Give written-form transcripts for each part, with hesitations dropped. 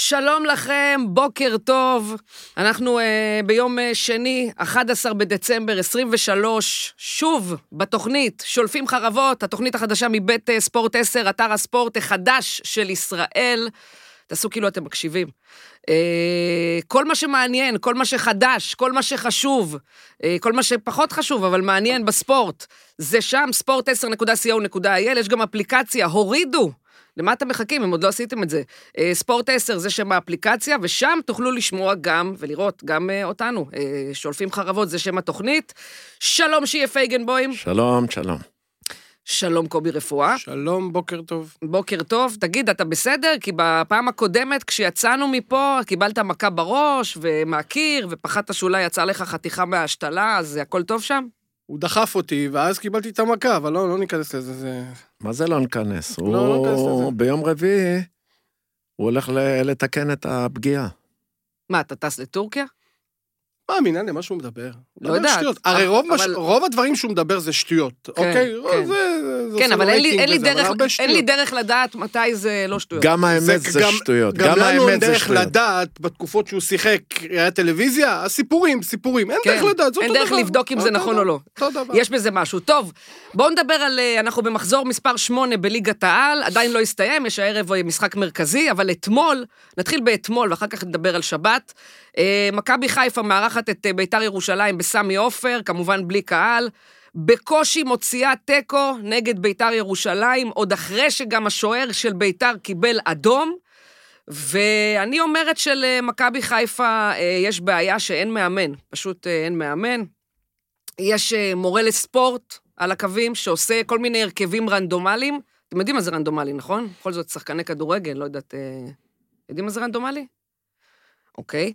שלום לכם, בוקר טוב. אנחנו ביום שני, 11 בדצמבר 23, שוב בתוכנית שולפים חרבות, התוכנית החדשה מבית ספורט 10, אתר הספורט החדש של ישראל. תעשו כאילו אתם מקשיבים. כל מה שמעניין, כל מה שחדש, כל מה שחשוב, כל מה שפחות חשוב, אבל מעניין בספורט, זה שם, sport10.co.il, יש גם אפליקציה, הורידו. למה אתם מחכים? אם עוד לא עשיתם את זה. ספורט 10 זה שם האפליקציה, ושם תוכלו לשמוע גם, ולראות גם אותנו. שולפים חרבות, זה שם התוכנית. שלום שיהיה פייגנבוים. שלום, שלום. שלום קובי רפואה. שלום, בוקר טוב. בוקר טוב. תגיד, אתה בסדר? כי בפעם הקודמת, כשיצאנו מפה, קיבלת מכה בראש, ומהקיר, ופחדת שאולי יצא לך חתיכה מההשתלה, אז הכל טוב שם? הוא דחף אותי, ואז קיבלתי את המכה, אבל לא ניכנס לזה. מה זה לא ניכנס? לא ניכנס לזה. ביום רביעי, הוא הולך לתקן את הפגיעה. מה, אתה טס לטורקיה? מה, מינן, מה שהוא מדבר? לא יודעת. הרי רוב הדברים שהוא מדבר זה שטויות, אוקיי? כן, אבל אין לי דרך לדעת מתי זה לא שטויות. גם האמת זה שטויות. גם לנו אין דרך לדעת, בתקופות שהוא שיחק, היה טלוויזיה, סיפורים. אין דרך לדעת, אין דרך לבדוק אם זה נכון או לא. יש בזה משהו. טוב, בואו נדבר על, אנחנו במחזור מספר 8 בליגת העל, עדיין לא הסתיים, יש הערב משחק מרכזי, אבל אתמול, נתחיל באתמול, ואחר כך נדבר על שבת. מכבי חיפה מארחת את ביתר ירושלים בסמי עופר, כמובן בלי קהל, בקושי מוציאה טקו נגד ביתר ירושלים, עוד אחרי שגם השוער של ביתר קיבל אדום, ואני אומרת שלמכבי חיפה יש בעיה שאין מאמן, פשוט אין מאמן, יש מורה לספורט על הקווים שעושה כל מיני הרכבים רנדומליים, אתם יודעים מה זה רנדומלי, נכון? בכל זאת שחקני כדורגל, לא יודעת, יודעים מה זה רנדומלי? אוקיי.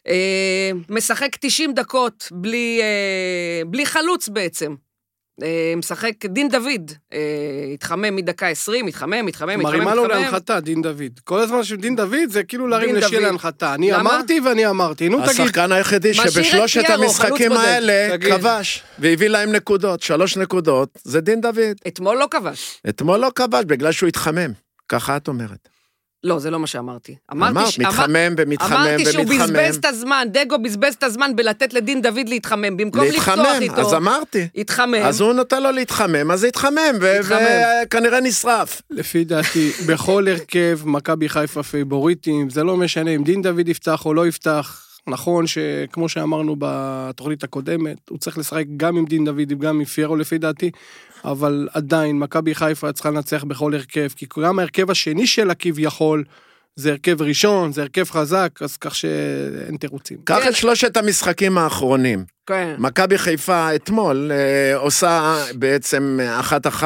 משחק 90 דקות בלי חלוץ בעצם. משחק דין דוד, התחמם מדקה 20, התחמם. מרימה לו להנחתה, דין דוד. כל הזמן שדין דוד זה כאילו להרים לשי להנחתה. אני אמרתי, נו תגיד. השחקן היחידי שבשלושת המשחקים האלה כבש, והביא להם נקודות, 3 נקודות, זה דין דוד. אתמול לא כבש. בגלל שהוא התחמם. ככה את אומרת. לא, זה לא מה שאמרתי. מתחמם. אמרתי שהוא בזבז את הזמן, דגו בזבז את הזמן בלתת לדין דוד להתחמם, במקום לפתוח איתו. אז אמרתי. התחמם. אז הוא נותן לו להתחמם, אז התחמם, וכנראה נשרף. לפי דעתי, בכל הרכב, מכבי חיפה פייבוריטים, זה לא משנה אם דין דוד יפתח או לא יפתח, נכון שכמו שאמרנו בתוכנית הקודמת, הוא צריך לשחק גם עם דין דוד, גם עם פיירו לפי דעתי, אבל עדיין, מכבי חיפה צריכה לנצח בכל הרכב, כי גם ההרכב השני של הכביכול, זה הרכב ראשון, זה הרכב חזק, אז כך שאין תירוצים. קח את 3 המשחקים האחרונים. מכבי חיפה אתמול עושה בעצם 1-1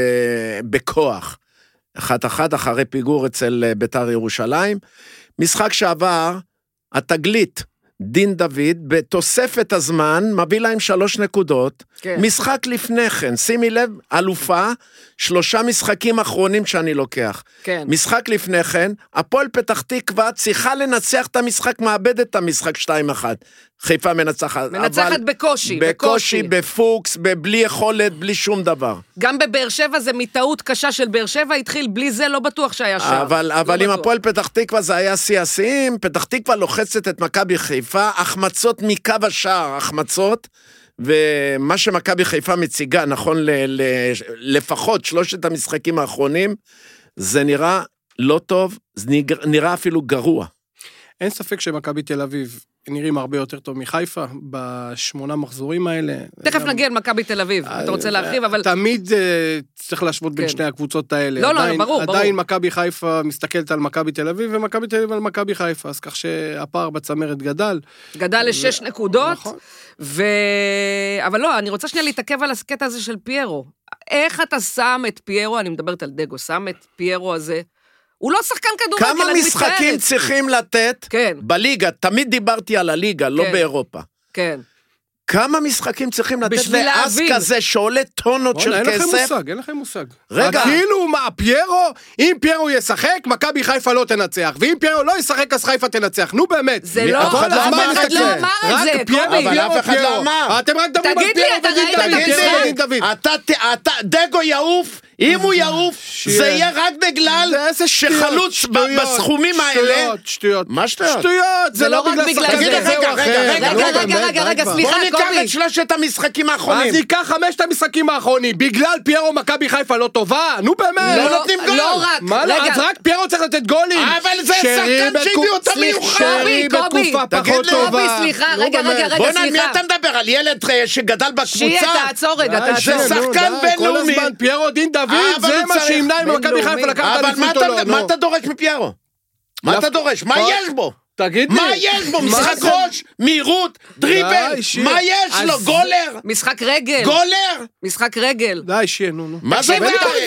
בכוח. 1-1 אחרי פיגור אצל ביתר ירושלים. משחק שעבר, התגלית, דין דוד, בתוספת הזמן, מביא להם 3 נקודות, משחק לפני כן, שימי לב, אלופה, 3 משחקים אחרונים שאני לוקח. משחק לפני כן, הפועל פתח תקווה צריכה לנצח את המשחק, מאבדת את המשחק 2-1. חיפה מנצחת. מנצחת בקושי. בקושי, בפוקס, בלי יכולת, בלי שום דבר. גם בבאר שבע זה מטעות קשה של באר שבע, התחיל בלי זה, לא בטוח שהיה שער. אבל עם הפועל פתח תקווה זה היה שיאים, פתח תקווה לוחצת את מכבי חיפה, החמצות מקו השער, החמצות, ומה שמכבי חיפה מציגה, נכון לפחות 3 המשחקים האחרונים, זה נראה לא טוב, זה נראה אפילו גרוע. אין ספק שמכבי תל אביב נראים הרבה יותר טוב מחיפה, ב8 מחזורים האלה. תכף נגיע למכבי תל אביב, אתה רוצה להרחיב, אבל... תמיד צריך להשוות בין שני הקבוצות האלה. לא, ברור. עדיין מכבי חיפה מסתכלת על מכבי תל אביב, ומכבי תל אביב על מכבי חיפה, אז כך שהפער בצמרת גדל. גדל ל6 נקודות, אבל לא, אני רוצה שנייה להתעכב על הקטע הזה של פיירו. איך אתה שם את פיירו, אני מדברת על דגו, שם את פיירו הזה, הוא לא שחקן כדורגל, כמה משחקים צריכים לתת בליגה, תמיד דיברתי על הליגה, לא באירופה. כן. כמה משחקים צריכים לתת לאס כזה שעולה טונות של כסף? אין לכם מושג. רגע. כאילו מה, פיירו, אם פיירו ישחק, מכבי חיפה לא תנצח, ואם פיירו לא ישחק, אז חיפה תנצח. נו באמת. זה לא, אף אחד לא אמר את זה, קובי. אבל אף אחד לא אמר. אתם רק מדברים על פיירו ודין דוד. דגו יעוף, אם הוא יעוף, זה יהיה רק בגלל שחלוץ בסכומים האלה. שטויות. מה שטויות? שטויות, זה לא רק בגלל זה. רגע, סליחה, קובי. בוא ניקח את 3 המשחקים האחרונים. אז ניקח 5 המשחקים האחרונים. בגלל פיירו מכבי חיפה לא טובה? נו באמת. לא נותנים גול. לא רק. אז רק פיירו צריך לתת גולים. אבל זה שחקן שהביאו אותו מיוחד. שרי בתקופה פחות טובה. קובי, סליחה, רגע, בוא נע, מי אתה מדבר? על ילד שגדל בקבוצה? שיהיה, תעצור רגע, זה שחקן בינלאומי. פיירו דין דוד, זה מה שימנע עם מכבי חיפה לקחת אליפות או לא. מה אתה דורש מפיירו? מה אתה דורש? מה יש בו? תגיד לי. מה יש בו? משחק ראש, מהירות, דריבל, מה יש לו? גולר? משחק רגל. גולר? משחק רגל. די, שיהיה, נו. מה זה די?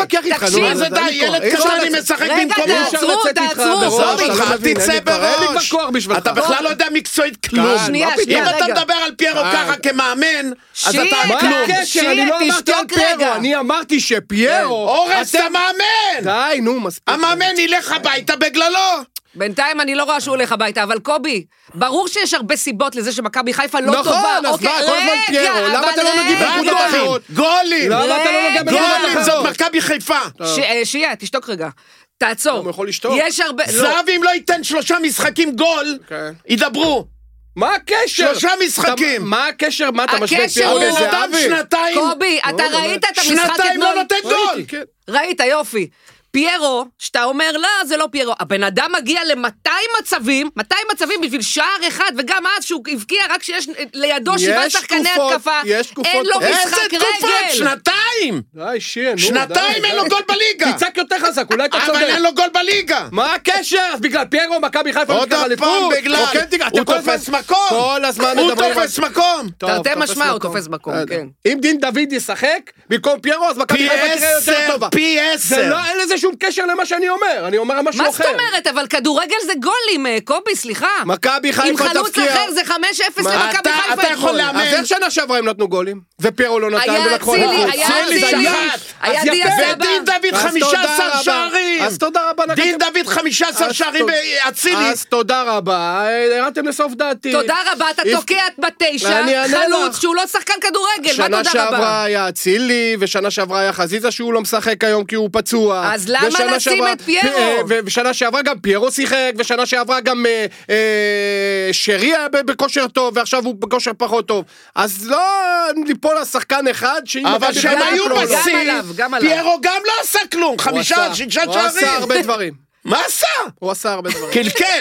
מה זה די? ילד קשה אני משחק במקומו. רגע, תעצרו. תצא בראש. אתה בכלל לא יודע מקצועית כלום. אם אתה מדבר על פיירו ככה כמאמן, אז אתה כלום. מה הקשר? אני לא אמרתי על פיירו, אני אמרתי שפיירו... אורס, אתה מאמן! די, נו, מספיק. המאמן ילך הביתה בגללו. בינתיים אני לא רואה שהוא הולך הביתה, אבל קובי, ברור שיש הרבה סיבות לזה שמכבי חיפה לא טובה. נכון, אז מה, כל הזמן פיירו, למה אתה לא נגיד בנקודות אחרות? גולים! למה אתה לא נגיד בנקודות אחרות? גולים, זאת מכבי חיפה. שיהיה, תשתוק רגע. תעצור. הוא יכול לשתוק. יש הרבה... זהבי אם לא ייתן 3 משחקים גול, ידברו. מה הקשר? 3 משחקים. מה הקשר? מה אתה משווה פיירו לזהבי? שנתיים. קובי, אתה ראית את המשחק אתמול? שנתיים לא נותן גול. ראית, יופי. פיירו, שאתה אומר, לא, זה לא פיירו. הבן אדם מגיע ל-200 מצבים בשביל שער אחד, וגם אז שהוא הבקיע רק שיש לידו 7 שחקני התקפה. אין לו משחק רגל. איזה שנתיים! די, שיה, נו. שנתיים אין לו גול בליגה. תצעק יותר חזק, אולי אתה צודק. אבל אין לו גול בליגה. מה הקשר? אז בגלל פיירו, מכבי חיפה עוד פעם בגלל. הוא תופס מקום. כל הזמן הוא תופס מקום. תרתי משמע, הוא תופס מקום, כן. אם דין דוד ישחק, במקום פיירו, אז מכבי חיפה תראה יותר טובה. פי 10. אין לזה שום קשר למה שאני אומר, אני אומר משהו אחר. מה זאת אומרת? אבל כדורגל זה גולים, קובי, סליחה. מכבי חיפה תפקיע. עם חלוץ אחר זה 5-0 למכבי חיפה. אתה יכול לאמן. אז איך שנה שעברה הם נתנו גולים? ופיירו לא נתן ולקחו אליפות. היה דייה סבא. ודין דוד 15 שערים. אז תודה רבה. דין דוד 15 שערים באצילי. אז תודה רבה, הראתם לסוף דעתי. תודה רבה, אתה תוקע ב9, חלוץ שהוא לא שחקן כדורגל, מה תודה רבה? שנה שעברה היה אצילי, ושנה שעברה היה חזיזה שהוא לא משחק היום כי הוא פצוע. אז למה לשים את פיירו? ושנה שעברה גם פיירו שיחק, ושנה שעברה גם שרי היה בכושר טוב, ועכשיו הוא בכושר פחות טוב. אז לא ליפול לשחקן אחד, אבל שהם היו בשיא, פיירו גם לא עשה כלום, 5-6 שערים. הוא עשה הרבה דברים. מה עשה? הוא עשה הרבה דברים.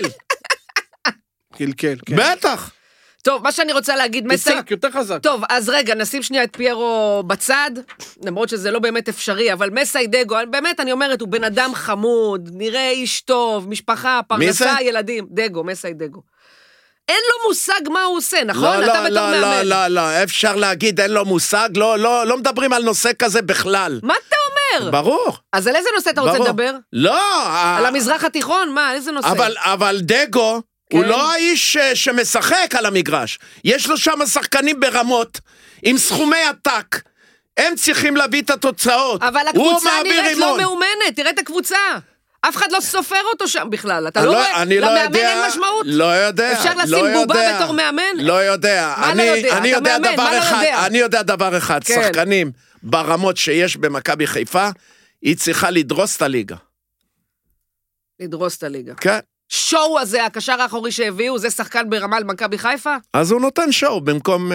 קלקל, כן. בטח. טוב, מה שאני רוצה להגיד, תצעק, יותר חזק. טוב, אז רגע, נשים שנייה את פיירו בצד, למרות שזה לא באמת אפשרי, אבל מסיידגו, באמת אני אומרת, הוא בן אדם חמוד, נראה איש טוב, משפחה, פרנסה, ילדים. דגו, מסיידגו. אין לו מושג מה הוא עושה, נכון? אתה בתור מאמן. לא, אפשר להגיד אין לו מושג, לא מדברים על נושא כזה בכלל. מה אתה אומר? ברור. אז על איזה נושא אתה רוצה לדבר? לא. על המזרח התיכון? מה, איזה נושא? אבל דגו, הוא לא האיש שמשחק על המגרש. יש לו שם שחקנים ברמות, עם סכומי עתק. הם צריכים להביא את התוצאות. אבל הקבוצה נראית לא מאומנת, תראה את הקבוצה. אף אחד לא סופר אותו שם בכלל. אתה לא רואה? למאמן אין משמעות? לא יודע. אפשר לשים בובה בתור מאמן? לא יודע. מה לא יודע? אתה מאמן, מה לא יודע? אני יודע דבר אחד, שחקנים ברמות שיש במכבי חיפה, היא צריכה לדרוס את הליגה. לדרוס את הליגה. כן. שואו הזה, הקשר האחורי שהביאו, זה שחקן ברמה למכבי חיפה? אז הוא נותן שואו במקום...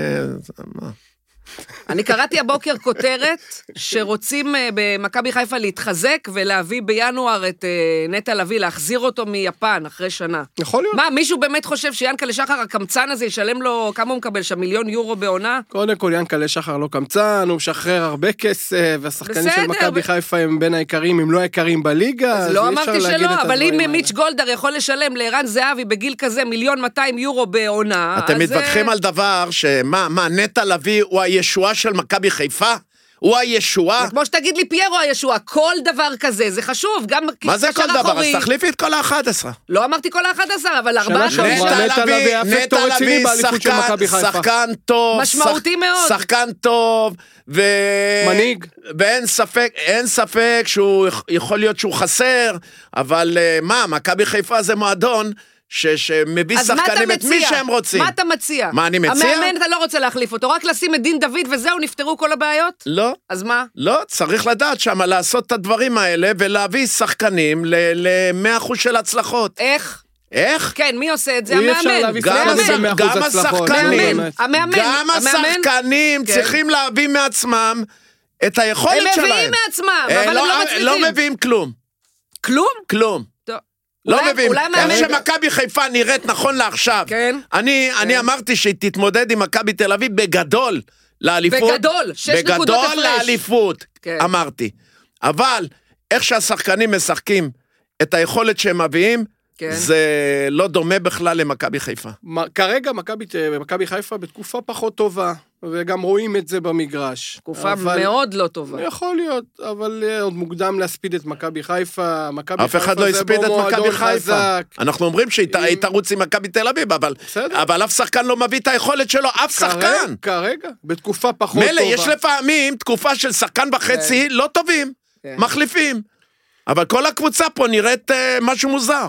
אני קראתי הבוקר כותרת שרוצים במכבי חיפה להתחזק ולהביא בינואר את נטע לביא, להחזיר אותו מיפן אחרי שנה. יכול להיות. מה, מישהו באמת חושב שיאנקלה שחר הקמצן הזה ישלם לו, כמה הוא מקבל שם, 1,000,000 יורו בעונה? קודם כל יאנקלה שחר לא קמצן, הוא משחרר הרבה כסף, והשחקנים של מכבי חיפה הם בין העיקרים, הם לא העיקרים בליגה. לא אמרתי שלא, אבל אם מיץ' גולדהר יכול לשלם לערן זהבי בגיל כזה 1,200,000 יורו בעונה, אתם מתווכחים על דבר שמה, נטע לביא הוא הישועה של מכבי חיפה? הוא הישועה. זה כמו שתגיד לי פיירו הישועה, כל דבר כזה, זה חשוב, גם מה זה כל דבר? אז תחליפי את כל ה-11. לא אמרתי כל ה-11, אבל 4 נטע לביא, שחקן טוב. משמעותי מאוד. שחקן טוב, מנהיג. ואין ספק שהוא יכול להיות שהוא חסר, אבל מה, מכבי חיפה זה מועדון, שמביא שחקנים את מי שהם רוצים. מה אתה מציע? מה אני מציע? המאמן אתה לא רוצה להחליף אותו, רק לשים את דין דוד וזהו, נפתרו כל הבעיות? לא. אז מה? לא, צריך לדעת שמה לעשות את הדברים האלה, ולהביא שחקנים ל-100% של הצלחות. איך? איך? כן, מי עושה את זה? המאמן. גם השחקנים. גם השחקנים כן. צריכים להביא מעצמם את היכולת שלהם. הם מביאים מעצמם, אבל הם לא מצליחים. לא מביאים כלום. כלום? כלום. לא מבין, איך שמכבי חיפה נראית נכון לעכשיו. כן. אני אמרתי שהיא תתמודד עם מכבי תל אביב בגדול לאליפות. בגדול, 6 נקודות הפרש. בגדול לאליפות, כן. אמרתי. אבל איך שהשחקנים משחקים את היכולת שהם מביאים, כן. זה לא דומה בכלל למכבי חיפה. כרגע מכבי חיפה בתקופה פחות טובה, וגם רואים את זה במגרש. תקופה מאוד לא טובה. יכול להיות, אבל עוד מוקדם להספיד את מכבי חיפה. אף אחד לא הספיד את מכבי חיפה. אנחנו אומרים שהיא תרוץ עם מכבי תל אביב, אבל אף שחקן לא מביא את היכולת שלו, אף שחקן. כרגע, בתקופה פחות טובה. מלא, יש לפעמים תקופה של שחקן וחצי לא טובים, מחליפים. אבל כל הקבוצה פה נראית משהו מוזר.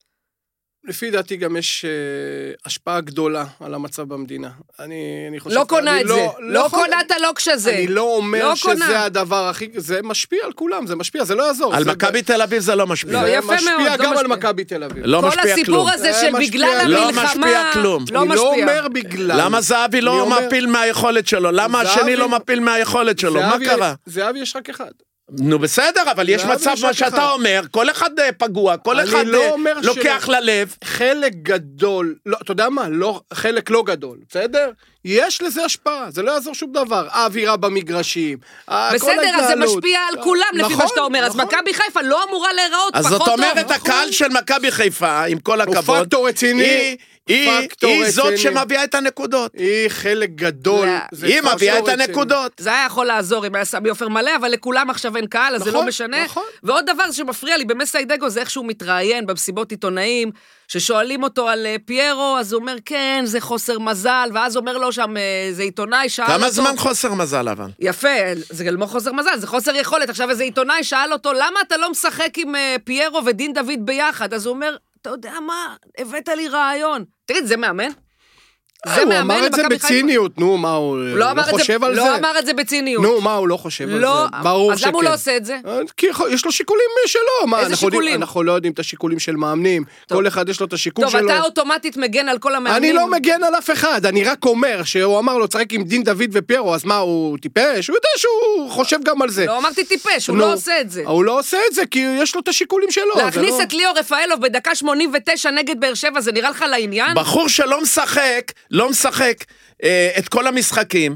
לפי דעתי גם יש השפעה גדולה על המצב במדינה. אני חושב... לא קונה את זה. לא קונה את הלוקש הזה. אני לא אומר שזה הדבר הכי... זה משפיע על כולם, זה משפיע, זה לא יעזור. על מכבי תל אביב זה לא משפיע. לא, יפה מאוד. זה משפיע גם על מכבי תל אביב. לא משפיע כלום. כל הסיפור הזה של בגלל המלחמה... לא משפיע כלום. אני לא אומר בגלל. למה זהבי לא מפיל מהיכולת שלו? למה השני לא מפיל מהיכולת שלו? מה קרה? זהבי יש רק אחד. נו בסדר, אבל יש מצב מה שאתה אומר, כל אחד פגוע, כל אחד לוקח ללב. חלק גדול, אתה יודע מה, חלק לא גדול, בסדר? יש לזה השפעה, זה לא יעזור שום דבר, האווירה במגרשים, בסדר, אז זה משפיע על כולם לפי מה שאתה אומר, אז מכבי חיפה לא אמורה להיראות פחות טוב. אז זאת אומרת, הקהל של מכבי חיפה, עם כל הכבוד, הוא פקטור רציני, היא זאת שמביאה את הנקודות. היא חלק גדול. היא מביאה את הנקודות. זה היה יכול לעזור אם היה סמי עופר מלא, אבל לכולם עכשיו אין קהל, אז זה לא משנה. ועוד דבר שמפריע לי במסיידגו, זה איך שהוא מתראיין במסיבות עיתונאים, ששואלים אותו על פיירו, אז הוא אומר, כן, זה חוסר מזל, ואז אומר לו שם, זה עיתונאי, שאל אותו... כמה זמן חוסר מזל אבל? יפה, זה לא חוסר מזל, זה חוסר יכולת. עכשיו איזה עיתונאי שאל אותו, למה אתה לא משחק עם פיירו ודין דוד ביחד? אז הוא אומר, אתה יודע מה, הבאת לי רעיון. תגיד, זה מאמן? הוא אמר את זה בציניות, נו, מה, הוא לא חושב על זה? לא אמר את זה בציניות. נו, מה, הוא לא חושב על זה? ברור שכן. אז למה הוא לא עושה את זה? כי יש לו שיקולים שלו. איזה שיקולים? אנחנו לא יודעים את השיקולים של מאמנים. כל אחד יש לו את השיקול שלו. טוב, אתה אוטומטית מגן על כל המאמנים. אני לא מגן על אף אחד, אני רק אומר שהוא אמר לו, צחק עם דין דוד ופיירו, אז מה, הוא טיפש? הוא יודע שהוא חושב גם על זה. לא אמרתי טיפש, הוא לא עושה את זה. הוא לא עושה את זה כי יש לו את השיקולים שלו. להכניס את ליאור רפאלוב בדקה 89 נגד באר שבע, זה נראה לך לעניין? בחור שלא משחק, לא משחק את כל המשחקים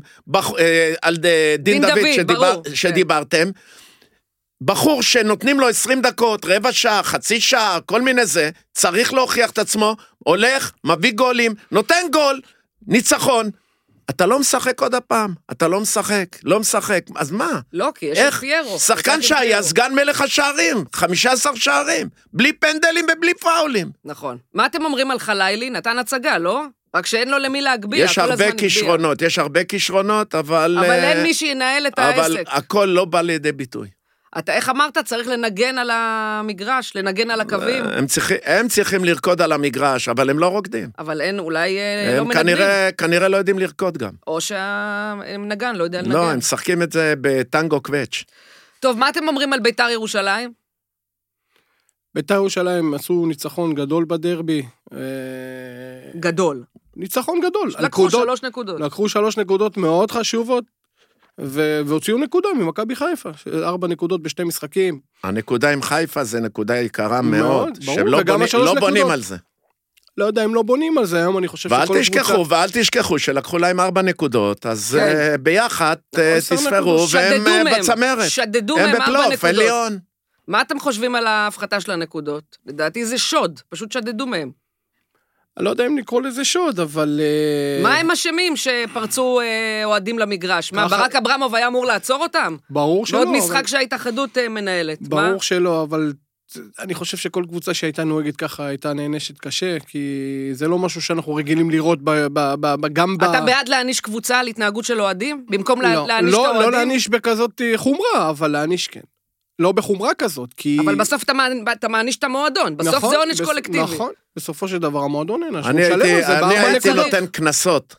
על דין דוד שדיברתם, בחור שנותנים לו 20 דקות, רבע שעה, חצי שעה, כל מיני זה, צריך להוכיח את עצמו, הולך, מביא גולים, נותן גול, ניצחון. אתה לא משחק עוד הפעם, אתה לא משחק, אז מה? לא, כי יש את פיירו. שחקן שהיה סגן מלך השערים, 15 שערים, בלי פנדלים ובלי פאולים. נכון. מה אתם אומרים על חלילי? נתן הצגה, לא? רק שאין לו למי להגביע. יש הרבה כישרונות, אבל אין מי שינהל את העסק. אבל הכל לא בא לידי ביטוי. אתה, איך אמרת, צריך לנגן על המגרש, לנגן על הקווים? הם צריכים לרקוד על המגרש, אבל הם לא רוקדים. אבל אין, אולי לא מנגנים. כנראה לא יודעים לרקוד גם. או שהם נגן, לא יודע לנגן. לא, הם משחקים את זה בטנגו קווץ'. טוב, מה אתם אומרים על ביתר ירושלים? ביתר ירושלים עשו ניצחון גדול בדרבי. גדול. ניצחון גדול. לקחו 3 נקודות. לקחו 3 נקודות מאוד חשובות, והוציאו נקודה ממכבי חיפה, 4 נקודות ב2 משחקים. הנקודה עם חיפה זה נקודה יקרה מאוד, שלא בונים על זה. לא יודע אם לא בונים על זה, היום אני חושב שכל קבוצה... ואל תשכחו שלקחו להם 4 נקודות, אז ביחד תספרו, והם בצמרת. שדדו מהם 4 נקודות. מה אתם חושבים על ההפחתה של הנקודות? לדעתי זה שוד, פשוט שדדו מהם. אני לא יודע אם נקרוא לזה שוד, אבל... מה הם אשמים שפרצו אוהדים למגרש? מה, ברק אברמוב היה אמור לעצור אותם? ברור שלא. ועוד משחק שההתאחדות מנהלת. ברור שלא, אבל אני חושב שכל קבוצה שהייתה נוהגת ככה הייתה נענשת קשה, כי זה לא משהו שאנחנו רגילים לראות גם ב... אתה בעד להעניש קבוצה על התנהגות של אוהדים? במקום להעניש את האוהדים? לא להעניש בכזאת חומרה, אבל להעניש כן. לא בחומרה כזאת, כי... אבל בסוף אתה מעניש את המועדון, בסוף זה עונש קולקטיבי. נכון, בסופו של דבר המועדון אין, אני הייתי נותן כנסות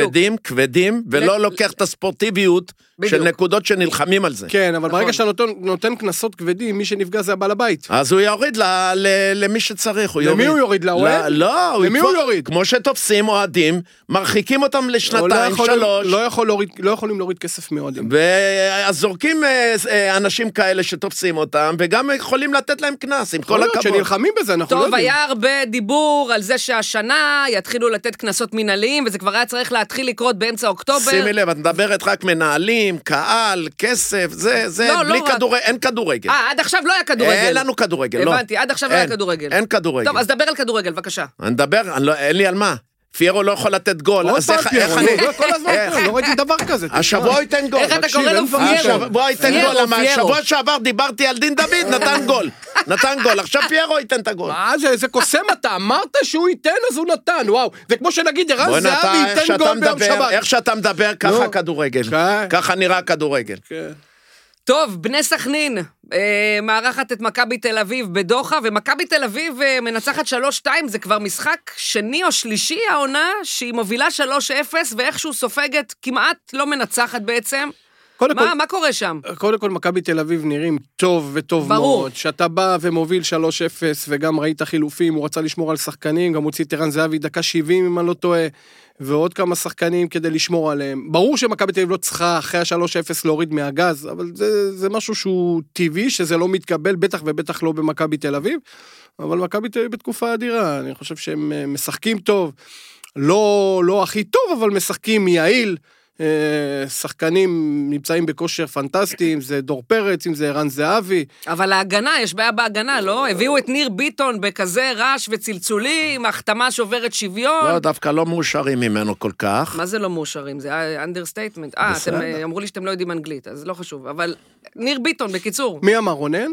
כבדים, ולא לוקח את הספורטיביות של נקודות שנלחמים על זה. כן, אבל ברגע שאתה נותן כנסות כבדים, מי שנפגע זה הבעל הבית. אז הוא יוריד למי שצריך. למי הוא יוריד? לאוהד? לא, למי הוא יוריד? כמו שתופסים אוהדים, מרחיקים אותם לשנתיים, 3. לא יכולים להוריד כסף מאוהדים. אז זורקים אנשים כאלה שתופסים אותם, וגם יכולים לתת להם כנס, עם כל הכבוד. שנלחמים בזה, אנחנו לא יודעים. טוב, היה הרבה דיבור על זה שהשנה יתחילו לתת כנסות מנהליים, וזה כבר היה צריך להתחיל לקרות באמצע אוקטובר. שימי לב, את מדברת רק מנהלים, קהל, כסף, זה בלי כדורגל, אין כדורגל. עד עכשיו לא היה כדורגל. אין לנו כדורגל, לא. הבנתי, עד עכשיו לא היה כדורגל. אין כדורגל. טוב, אז דבר על כדורגל, בבקשה. אני מדבר, אין לי על מה. פיירו לא יכול לתת גול. עוד פעם פיירו, כל הזמן, לא ראיתי דבר כזה. השבוע ייתן גול. איך אתה קורא לו פיירו? השבוע ייתן גול, השבוע שעבר דיברתי על דין דוד, נתן גול, עכשיו פיירו ייתן את הגול. מה זה קוסם אתה, אמרת שהוא ייתן אז הוא נתן, וואו, זה כמו שנגיד ערן זהבי ייתן גול ביום שבת. איך שאתה מדבר, ככה כדורגל, ככה נראה כדורגל. טוב, בני סכנין, מארחת את מכבי תל אביב בדוחה, ומכבי תל אביב מנצחת 3-2, זה כבר משחק שני או שלישי העונה, שהיא מובילה 3-0, ואיכשהו סופגת כמעט לא מנצחת בעצם. מה קורה שם? קודם כל, מכבי תל אביב נראים טוב וטוב מאוד. שאתה בא ומוביל 3-0, וגם ראית חילופים, הוא רצה לשמור על שחקנים, גם הוציא את ערן זהבי דקה 70, אם אני לא טועה, ועוד כמה שחקנים כדי לשמור עליהם. ברור שמכבי תל אביב לא צריכה אחרי ה-3-0 להוריד מהגז, אבל זה משהו שהוא טבעי, שזה לא מתקבל, בטח ובטח לא במכבי תל אביב, אבל מכבי תל אביב בתקופה אדירה, אני חושב שהם משחקים טוב, לא הכי טוב, אבל משחקים יעיל, שחקנים נמצאים בכושר פנטסטי, אם זה דור פרץ, אם זה ערן זהבי. אבל ההגנה, יש בעיה בהגנה, לא? הביאו את ניר ביטון בכזה רעש וצלצולים, החתמה שוברת שוויון. לא, דווקא לא מאושרים ממנו כל כך. מה זה לא מאושרים? זה אנדרסטייטמנט. אתם אמרו לי שאתם לא יודעים אנגלית, אז לא חשוב. אבל ניר ביטון, בקיצור. מי אמר, רונן?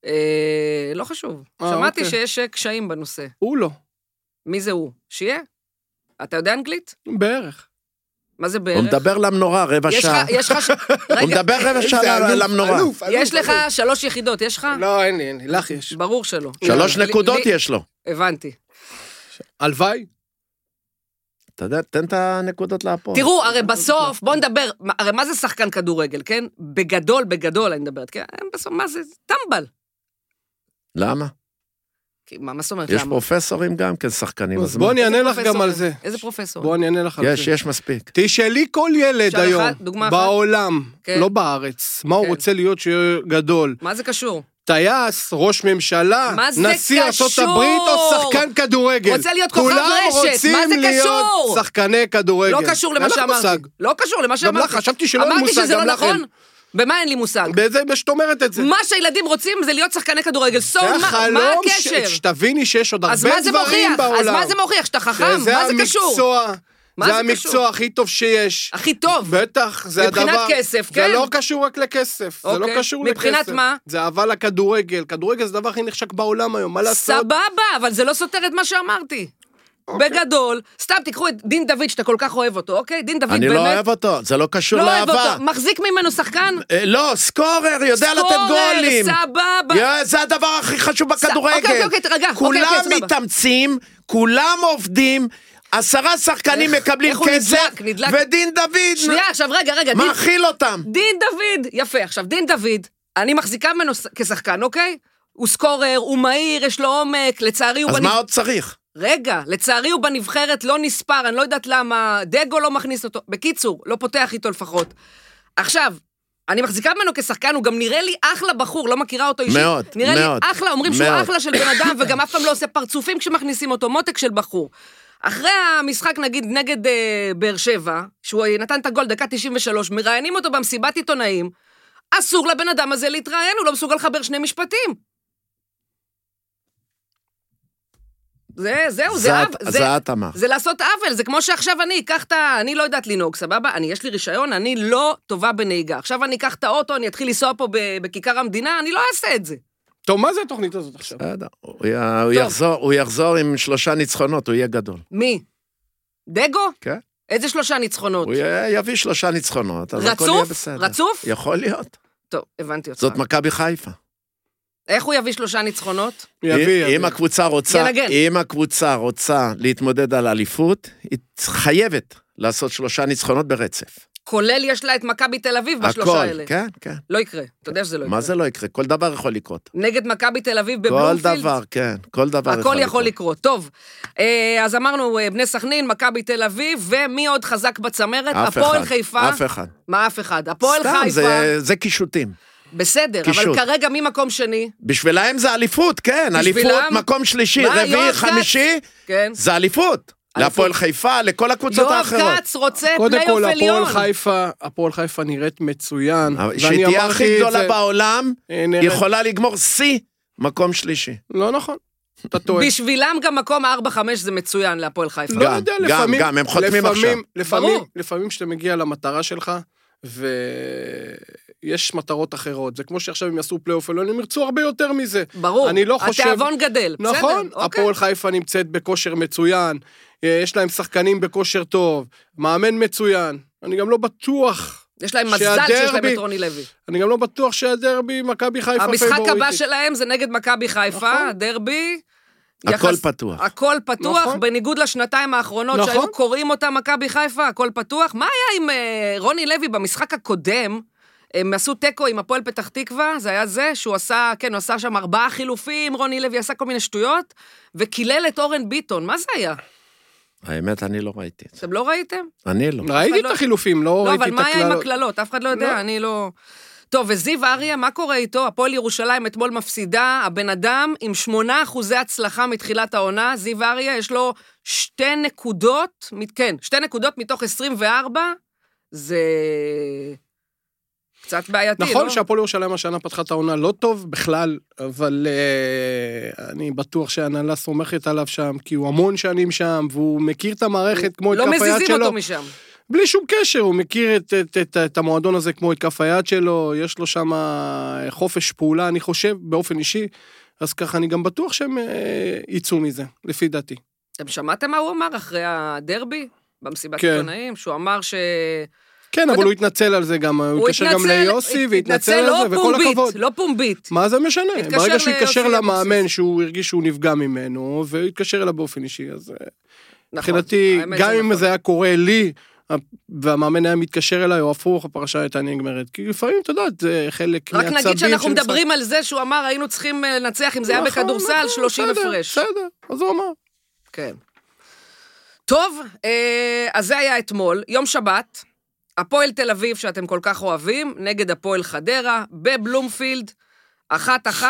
לא חשוב. שמעתי שיש קשיים בנושא. הוא לא. מי זה הוא? שיהיה? אתה יודע אנגלית? בערך. מה זה בערך? הוא מדבר למנורה, רבע שעה. הוא מדבר רבע שעה למנורה. יש לך 3 יחידות, יש לך? לא, אין לי, לך יש. ברור שלא. 3 נקודות יש לו. הבנתי. הלוואי? אתה יודע, תן את הנקודות להפועל. תראו, הרי בסוף, בואו נדבר, הרי מה זה שחקן כדורגל, כן? בגדול אני מדברת, כן? בסוף, מה זה? טמבל. למה? מה זאת אומרת? יש פרופסורים גם כן שחקנים. בוא אני אענה לך גם על זה. איזה פרופסור? בוא אני אענה לך על זה. יש מספיק. תשאלי כל ילד היום, בעולם, לא בארץ, מה הוא רוצה להיות שיהיה גדול. מה זה קשור? טייס, ראש ממשלה, נשיא ארצות הברית או שחקן כדורגל. רוצה להיות כוכב רשת, מה זה קשור? כולם רוצים להיות שחקני כדורגל. לא קשור למה שאמרתי. לא קשור למה שאמרתי. גם לך, חשבתי שלא אין מושג, גם לכם. במה אין לי מושג? באיזה שאת אומרת את זה? מה שהילדים רוצים זה להיות שחקני כדורגל. מה הקשר? שתביני שיש עוד הרבה דברים בעולם. אז מה זה מוכיח? שאתה חכם? מה זה קשור? זה המקצוע הכי טוב שיש. הכי טוב. בטח, זה הדבר. מבחינת כסף, כן? זה לא קשור רק לכסף. זה לא קשור לכסף. מבחינת מה? זה אהבה לכדורגל. כדורגל זה הדבר הכי נחשק בעולם היום. מה לעשות? סבבה, אבל זה לא סותר את מה שאמרתי. בגדול, סתם תיקחו את דין דוד שאתה כל כך אוהב אותו, אוקיי? דין דוד באמת... אני לא אוהב אותו, זה לא קשור לאהבה. לא אוהב אותו, מחזיק ממנו שחקן? לא, סקורר, יודע לתת גולים. סבבה. זה הדבר הכי חשוב בכדורגל. אוקיי, תרגע. כולם מתאמצים, כולם עובדים, 10 שחקנים מקבלים כסף, ודין דוד... שנייה, עכשיו רגע. מאכיל אותם. דין דוד, יפה, עכשיו דין דוד, אני מחזיקה ממנו כשחקן, אוקיי? הוא סקורר, הוא מהיר, יש לו עומק, לצערי הוא... אז מה עוד צריך? רגע, לצערי הוא בנבחרת לא נספר, אני לא יודעת למה, דגו לא מכניס אותו, בקיצור, לא פותח איתו לפחות. עכשיו, אני מחזיקה ממנו כשחקן, הוא גם נראה לי אחלה בחור, לא מכירה אותו אישית. מאוד, נראה לי אחלה, אומרים שהוא אחלה של בן אדם, וגם אף פעם לא עושה פרצופים כשמכניסים אותו, מותק של בחור. אחרי המשחק, נגיד, נגד באר שבע, שהוא נתן את הגול דקה 93, מראיינים אותו במסיבת עיתונאים, אסור לבן אדם הזה להתראיין, הוא לא מסוגל לחבר 2 משפטים. זהו, זה את אמרת. זה לעשות עוול, זה כמו שעכשיו אני אקח אני לא יודעת לנהוג, סבבה? יש לי רישיון, אני לא טובה בנהיגה. עכשיו אני אקח את האוטו, אני אתחיל לנסוע פה בכיכר המדינה, אני לא אעשה את זה. טוב, מה זה התוכנית הזאת עכשיו? הוא יחזור עם 3 ניצחונות, הוא יהיה גדול. מי? דגו? כן. איזה 3 ניצחונות? הוא יביא 3 ניצחונות, אז הכל יהיה בסדר. רצוף? יכול להיות. טוב, הבנתי אותך. זאת מכבי חיפה. איך הוא יביא 3 ניצחונות? אם הקבוצה רוצה להתמודד על אליפות, היא חייבת לעשות 3 ניצחונות ברצף. כולל יש לה את מכבי תל אביב ב3 האלה. כן, כן. לא יקרה, אתה יודע שזה לא יקרה. מה זה לא יקרה? כל דבר יכול לקרות. נגד מכבי תל אביב בבלומפילד? כל דבר, כן, כל דבר הכל יכול לקרות. טוב, אז אמרנו בני סכנין, מכבי תל אביב, ומי עוד חזק בצמרת? הפועל חיפה. אף אחד. מה אף אחד? הפועל חיפה. סתם, זה קישוטים. בסדר, אבל כרגע מי מקום שני? בשבילהם זה אליפות, כן, אליפות, מקום שלישי, רביעי, חמישי, זה אליפות. להפועל חיפה, לכל הקבוצות האחרות. יואב כץ רוצה פלייאוף עליון. הפועל חיפה נראית מצוין. שתהיה הכי גדולה בעולם, יכולה לגמור שיא מקום שלישי. לא נכון. בשבילם גם מקום 4-5 זה מצוין להפועל חיפה. לא יודע, לפעמים. גם, הם חותמים עכשיו. לפעמים שאתה מגיע למטרה שלך, ויש מטרות אחרות. זה כמו שעכשיו הם יעשו פלייאוף עליון, הם ירצו הרבה יותר מזה. ברור, התיאבון גדל. נכון, הפועל חיפה נמצאת בכושר מצוין, יש להם שחקנים בכושר טוב, מאמן מצוין, אני גם לא בטוח... יש להם מזל שיש להם את רוני לוי. אני גם לא בטוח שהדרבי, מכבי חיפה המשחק הבא שלהם זה נגד מכבי חיפה, הדרבי... הכל פתוח. הכל פתוח, בניגוד לשנתיים האחרונות שהיו קוראים אותה מכבי חיפה, הכל פתוח. מה היה עם רוני לוי במשחק הקודם? הם עשו טקו עם הפועל פתח תקווה, זה היה זה שהוא עשה, כן, הוא עשה שם 4 חילופים, רוני לוי עשה כל מיני שטויות, וקילל את אורן ביטון. מה זה היה? האמת, אני לא ראיתי את זה. אתם לא ראיתם? אני לא. ראיתי את החילופים, לא ראיתי את הכללות. אבל מה היה עם הכללות? אף אחד לא יודע, אני לא... טוב, וזיו אריה, מה קורה איתו? הפועל ירושלים אתמול מפסידה, הבן אדם עם 8% הצלחה מתחילת העונה, זיו אריה, יש לו 2 נקודות, כן, 2 נקודות מתוך 24, זה... קצת בעייתי, לא? נכון שהפועל ירושלים השנה פתחה את העונה לא טוב בכלל, אבל אני בטוח שהנהלה סומכת עליו שם, כי הוא המון שנים שם, והוא מכיר את המערכת כמו את כף היד שלו. לא מזיזים אותו משם. בלי שום קשר, הוא מכיר את המועדון הזה כמו את כף היד שלו, יש לו שם חופש פעולה, אני חושב, באופן אישי, אז ככה אני גם בטוח שהם יצאו מזה, לפי דעתי. אתם שמעתם מה הוא אמר אחרי הדרבי, במסיבת עיתונאים, שהוא אמר ש... כן, אבל הוא התנצל על זה גם, הוא התקשר גם ליוסי, והתנצל על זה, וכל הכבוד. לא פומבית. מה זה משנה? ברגע שהוא התקשר למאמן, שהוא הרגיש שהוא נפגע ממנו, והוא התקשר אליו באופן אישי, אז מבחינתי, גם אם זה היה קורה לי, והמאמן היה מתקשר אליי, או הפוך, הפרשה הייתה נגמרת. כי לפעמים, אתה יודע, זה חלק רק נגיד שאנחנו מדברים על זה, שהוא אמר, היינו צריכים לנצח, אם זה היה בכדורסל, 30 הפרש. בסדר, אז הוא אמר. כן. טוב, אז זה היה אתמול, יום שבת, הפועל תל אביב, שאתם כל כך אוהבים, נגד הפועל חדרה, בבלומפילד, 1-1,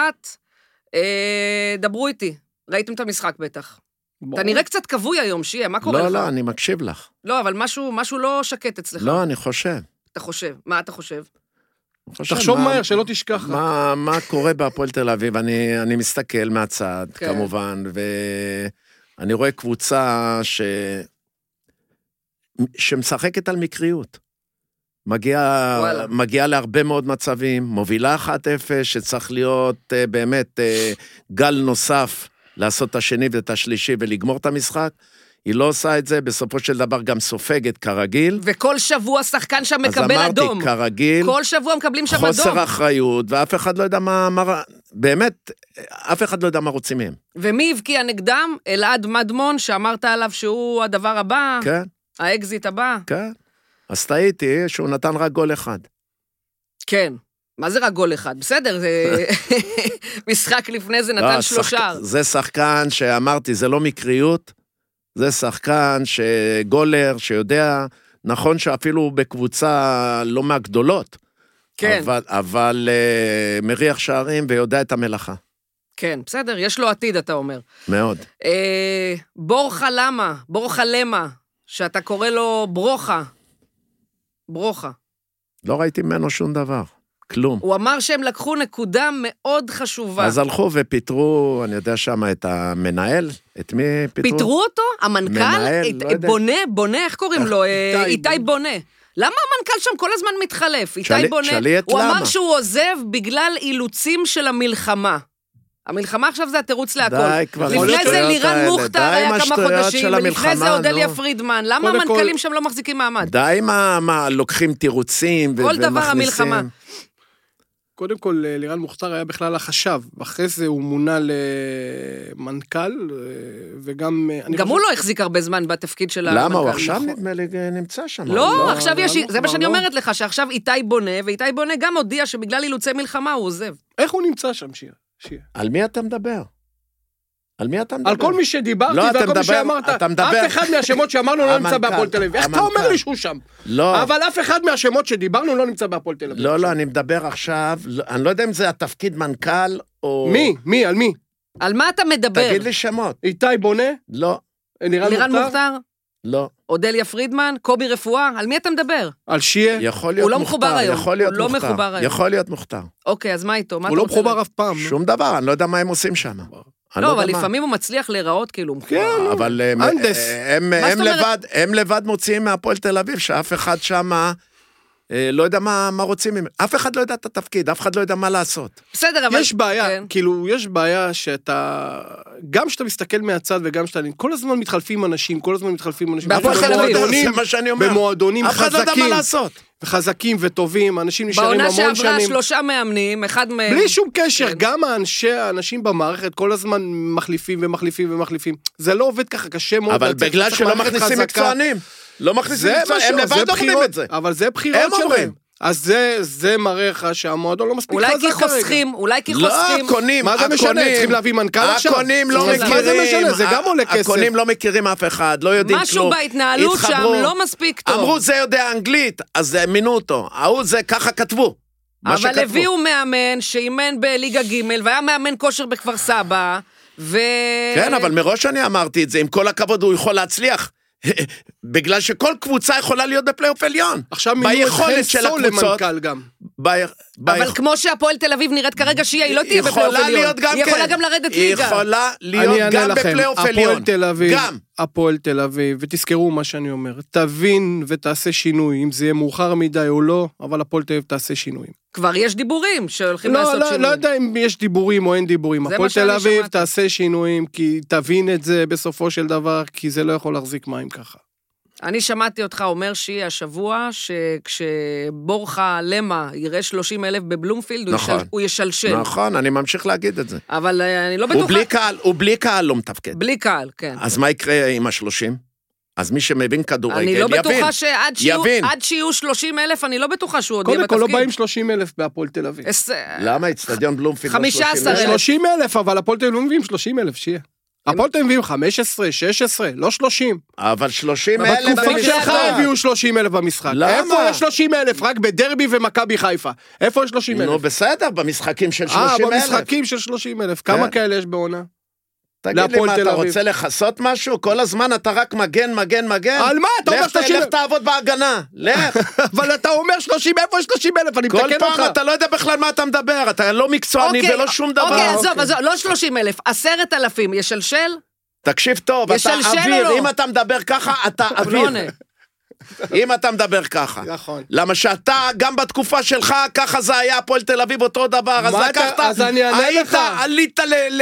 דברו איתי, ראיתם את המשחק בטח. אתה נראה קצת כבוי היום, שיה, מה קורה לך? לא, אני מקשיב לך. לא, אבל משהו לא שקט אצלך. לא, אני חושב. אתה חושב, מה אתה חושב? תחשוב מהר, שלא תשכח. מה קורה בהפועל תל אביב? אני מסתכל מהצד, כמובן, ואני רואה קבוצה שמשחקת על מקריות. מגיעה להרבה מאוד מצבים, מובילה 1-0, שצריך להיות באמת גל נוסף, לעשות את השני ואת השלישי ולגמור את המשחק, היא לא עושה את זה, בסופו של דבר גם סופגת כרגיל. וכל שבוע שחקן שם מקבל אדום. אז אמרתי, כרגיל. כל שבוע מקבלים שם אדום. חוסר אחריות, ואף אחד לא יודע מה באמת, אף אחד לא יודע מה רוצים מהם. ומי הבקיע נגדם? אלעד מדמון, שאמרת עליו שהוא הדבר הבא. כן. האקזיט הבא. כן. אז טעיתי שהוא נתן רק גול אחד. כן. מה זה רק גול אחד? בסדר, זה משחק לפני זה נתן 3. זה שחקן שאמרתי, זה לא מקריות, זה שחקן שגולר, שיודע, נכון שאפילו בקבוצה לא מהגדולות, כן. אבל מריח שערים ויודע את המלאכה. כן, בסדר, יש לו עתיד, אתה אומר. מאוד. בורחה למה, שאתה קורא לו ברוחה. לא ראיתי ממנו שום דבר. כלום. הוא אמר שהם לקחו נקודה מאוד חשובה. אז הלכו ופיטרו, אני יודע שמה, את המנהל, את מי פיטרו? פיטרו אותו? המנכ"ל? בונה, איך קוראים לו? איתי בונה. למה המנכ"ל שם כל הזמן מתחלף? איתי בונה, הוא אמר שהוא עוזב בגלל אילוצים של המלחמה. המלחמה עכשיו זה התירוץ להכל. לפני זה לירן מוכתר היה כמה חודשים, ולפני זה אודליה פרידמן. למה המנכ"לים שם לא מחזיקים מעמד? די מה לוקחים תירוצים כל דבר המלחמה. קודם כל, לירן מוכתר היה בכלל החשב, ואחרי זה הוא מונה למנכ"ל, וגם... גם הוא לא החזיק הרבה זמן בתפקיד של המנכ"ל. למה? הוא עכשיו נמצא שם. לא, עכשיו יש... זה מה שאני אומרת לך, שעכשיו איתי בונה, ואיתי בונה גם הודיע שבגלל אילוצי מלחמה הוא עוזב. איך הוא נמצא שם, שיר? על מי אתה מדבר? על מי אתה מדבר? על כל מי שדיברתי ועל כל מי שאמרת. אף אחד מהשמות שאמרנו לא נמצא בהפועל תל אביב. איך אתה אומר לי שהוא שם? לא. אבל אף אחד מהשמות שדיברנו לא נמצא בהפועל תל אביב. לא, אני מדבר עכשיו, אני לא יודע אם זה התפקיד מנכ"ל או... מי? על מי? על מה אתה מדבר? תגיד לי שמות. איתי בונה? לא. לירן מוכתר? לא. אודליה פרידמן? קובי רפואה? על מי אתה מדבר? על שיה? יכול להיות מוכתר. יכול להיות מוכתר. אוקיי, אז מה איתו? הוא לא מחובר אף פעם. שום דבר, אני לא יודע מה הם עושים שם. לא, אבל לפעמים הוא מצליח להיראות כאילו הוא מחובר. כן, אבל הם לבד מוציאים מהפועל תל אביב, שאף אחד שם לא יודע מה רוצים ממנו. אף אחד לא יודע את התפקיד, אף אחד לא יודע מה לעשות. בסדר, אבל... יש בעיה, כאילו, יש בעיה שאתה... גם שאתה מסתכל מהצד וגם שאתה... כל הזמן מתחלפים אנשים, בהפועל תל אביב. זה מה שאני אומר. במועדונים חזקים. אף אחד לא יודע מה לעשות. חזקים וטובים, אנשים נשארים המון שנים. בעונה שעברה 3 מאמנים, אחד מהם... בלי שום קשר, גם האנשים במערכת כל הזמן מחליפים. זה לא עובד ככה, קשה מאוד. אבל בגלל שלא מכניסים מקצוענים. לא מכניסים מקצוענים, הם לבד אומרים את זה. אבל זה בחירות שלהם. אז זה מראה לך שהמועדון לא מספיק חזק כרגע. אולי כי חוסכים. לא, הקונים. מה זה משנה? צריכים להביא מנכ"ל עכשיו? הקונים לא מכירים. מה זה משנה? זה גם עולה כסף. הקונים לא מכירים אף אחד, לא יודעים כלום. משהו בהתנהלות שם לא מספיק טוב. אמרו זה יודע אנגלית, אז מינו אותו. ההוא זה ככה כתבו. אבל הביאו מאמן שאימן בליגה ג' והיה מאמן כושר בכפר סבא, כן, אבל מראש אני אמרתי את זה, עם כל הכבוד הוא יכול להצליח. בגלל שכל קבוצה יכולה להיות בפלייאוף עליון. עכשיו מינו את חסון למנכ"ל גם. אבל כמו שהפועל תל אביב נראית כרגע שהיא, היא לא תהיה בפלייאוף עליון. היא יכולה גם לרדת ליגה. היא יכולה להיות גם בפלייאוף עליון. הפועל תל אביב, ותזכרו מה שאני אומר, תבין ותעשה שינוי, אם זה יהיה מאוחר מדי או לא, אבל הפועל תל אביב תעשה שינויים. כבר יש דיבורים שהולכים לעשות שינויים. לא יודע אם יש דיבורים או אין דיבורים. הפועל תל אביב תעשה שינויים, כי תבין את זה בסופו של דבר, כי זה לא יכול להחזיק מים ככה. אני שמעתי אותך אומר שיהיה השבוע, שכשבורחה למה יראה 30,000 בבלומפילד, הוא ישלשל. נכון, אני ממשיך להגיד את זה. אבל אני לא בטוחה... הוא בלי קהל לא מתפקד. בלי קהל, כן. אז מה יקרה עם ה-30? אז מי שמבין כדורגל יבין. אני לא בטוחה שעד שיהיו 30,000, אני לא בטוחה שהוא עוד יהיה בתפקיד. קודם כל לא באים 30,000 בהפועל תל אביב. למה? אצטדיון בלומפילד 15,000. 30,000, אבל הפועל תל אביב לא מביאים 30,000, שיהיה. הפועל תל אביב 15, 16, לא 30. אבל 30,000 בתקופה שלך הביאו 30,000 במשחק. איפה יש 30,000? רק בדרבי ומכבי חיפה. איפה יש 30,000? נו בסדר, במשחקים של 30,000. במשחקים של 30,000. כמה כאלה יש בעונה? תגיד לי מה, אתה רוצה לחסות משהו? כל הזמן אתה רק מגן. על מה? אתה אומר 30,000? לך תעבוד בהגנה, לך. אבל אתה אומר 30, איפה יש 30,000? אני מתקן אותך. כל פעם אתה לא יודע בכלל מה אתה מדבר, אתה לא מקצועני ולא שום דבר. אוקיי, עזוב, לא 30,000, 10,000, ישלשל? תקשיב טוב, אתה אוויר, אם אתה מדבר ככה, אתה אוויר. אם אתה מדבר ככה. נכון. למה שאתה, גם בתקופה שלך, ככה זה היה, הפועל תל אביב אותו דבר, אז לקחת, אז אני אענה לך. עלית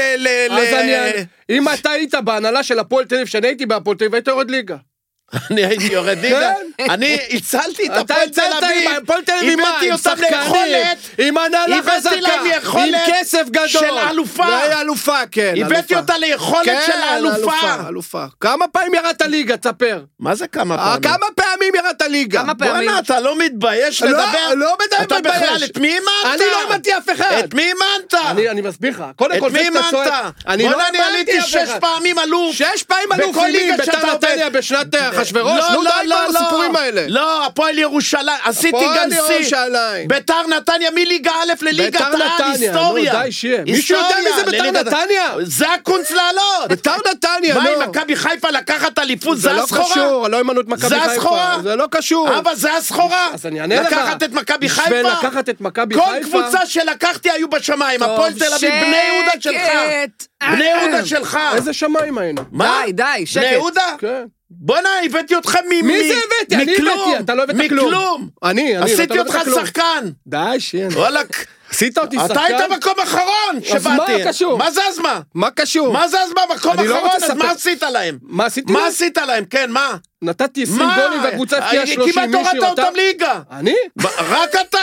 אם אתה היית בהנהלה של הפועל תל אביב, שאני הייתי בהפועל תל אביב, היית יורד ליגה. אני הייתי יורד ליגה? אני הצלתי את הפועל תל אביב, הבאתי אותם ליכולת, עם הנהלה חזקה, עם כסף גדול, של אלופה, כן, הבאתי אותה ליכולת של אלופה. כמה פעמים ירדת ליגה, תספר? מה זה כמה פעמים? כמה פעמים ירדת ליגה? בוא'נה, אתה לא מתבייש לדבר? לא מתבייש. אתה בכלל, את מי אימנת? אני לא אימנתי אף אחד. את מי אימנת? אני מסביר לך. קודם כל, את מי אימנת? בוא'נה, אני עליתי 6 פעמים אלוף. 6 פעמים אלוף עם בית"ר נתניה בשנת חשברוש, נו די כבר הסיפורים האלה. לא, הפועל ירושלים, עשיתי גם סי. בית"ר נתניה מליגה א' לליגת העל, היסטוריה. נו די שיה. מישהו יודע מי זה בית"ר נתניה? זה הקונץ לעלות. בית"ר נתניה, מה עם מכבי חיפה לקחת אליפות? זה הסחורה? לא קשור, לא אימנו את מכבי חיפה. זה הסחורה, הסחורה? זה לא קשור. אבל זה הסחורה. אז אני אענה לך. לקחת את מכבי חיפה? בשביל לקחת את מכבי כל חיפה. כל קבוצה שלקחתי היו בשמיים. הפועל תל אביב, בני יהודה שלך. בני יהודה שלך. איזה שמיים היינו? מה? די, שקט. בני יהודה? כן. בוא'נה, הבאתי אותך מי זה הבאתי? אני הבאתי, אתה לא הבאת כלום. מכלום. אני, עשיתי אותך שחקן. די, שיין. וואלק. עשית אותי שחקן? אתה היית מקום אחרון שבאתי. אז מה קשור? מה זה אז מה? מה קשור? מה זה אז מה? מקום אחרון, אז מה עשית להם? מה עשיתי? מה עשית להם? כן, מה? נתתי 20 גולים והקבוצה הפקיעה 30. כמעט הורדת אותם ליגה. אני? רק אתה.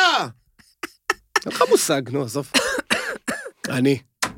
אין לך מושג, נו, עזוב. אני.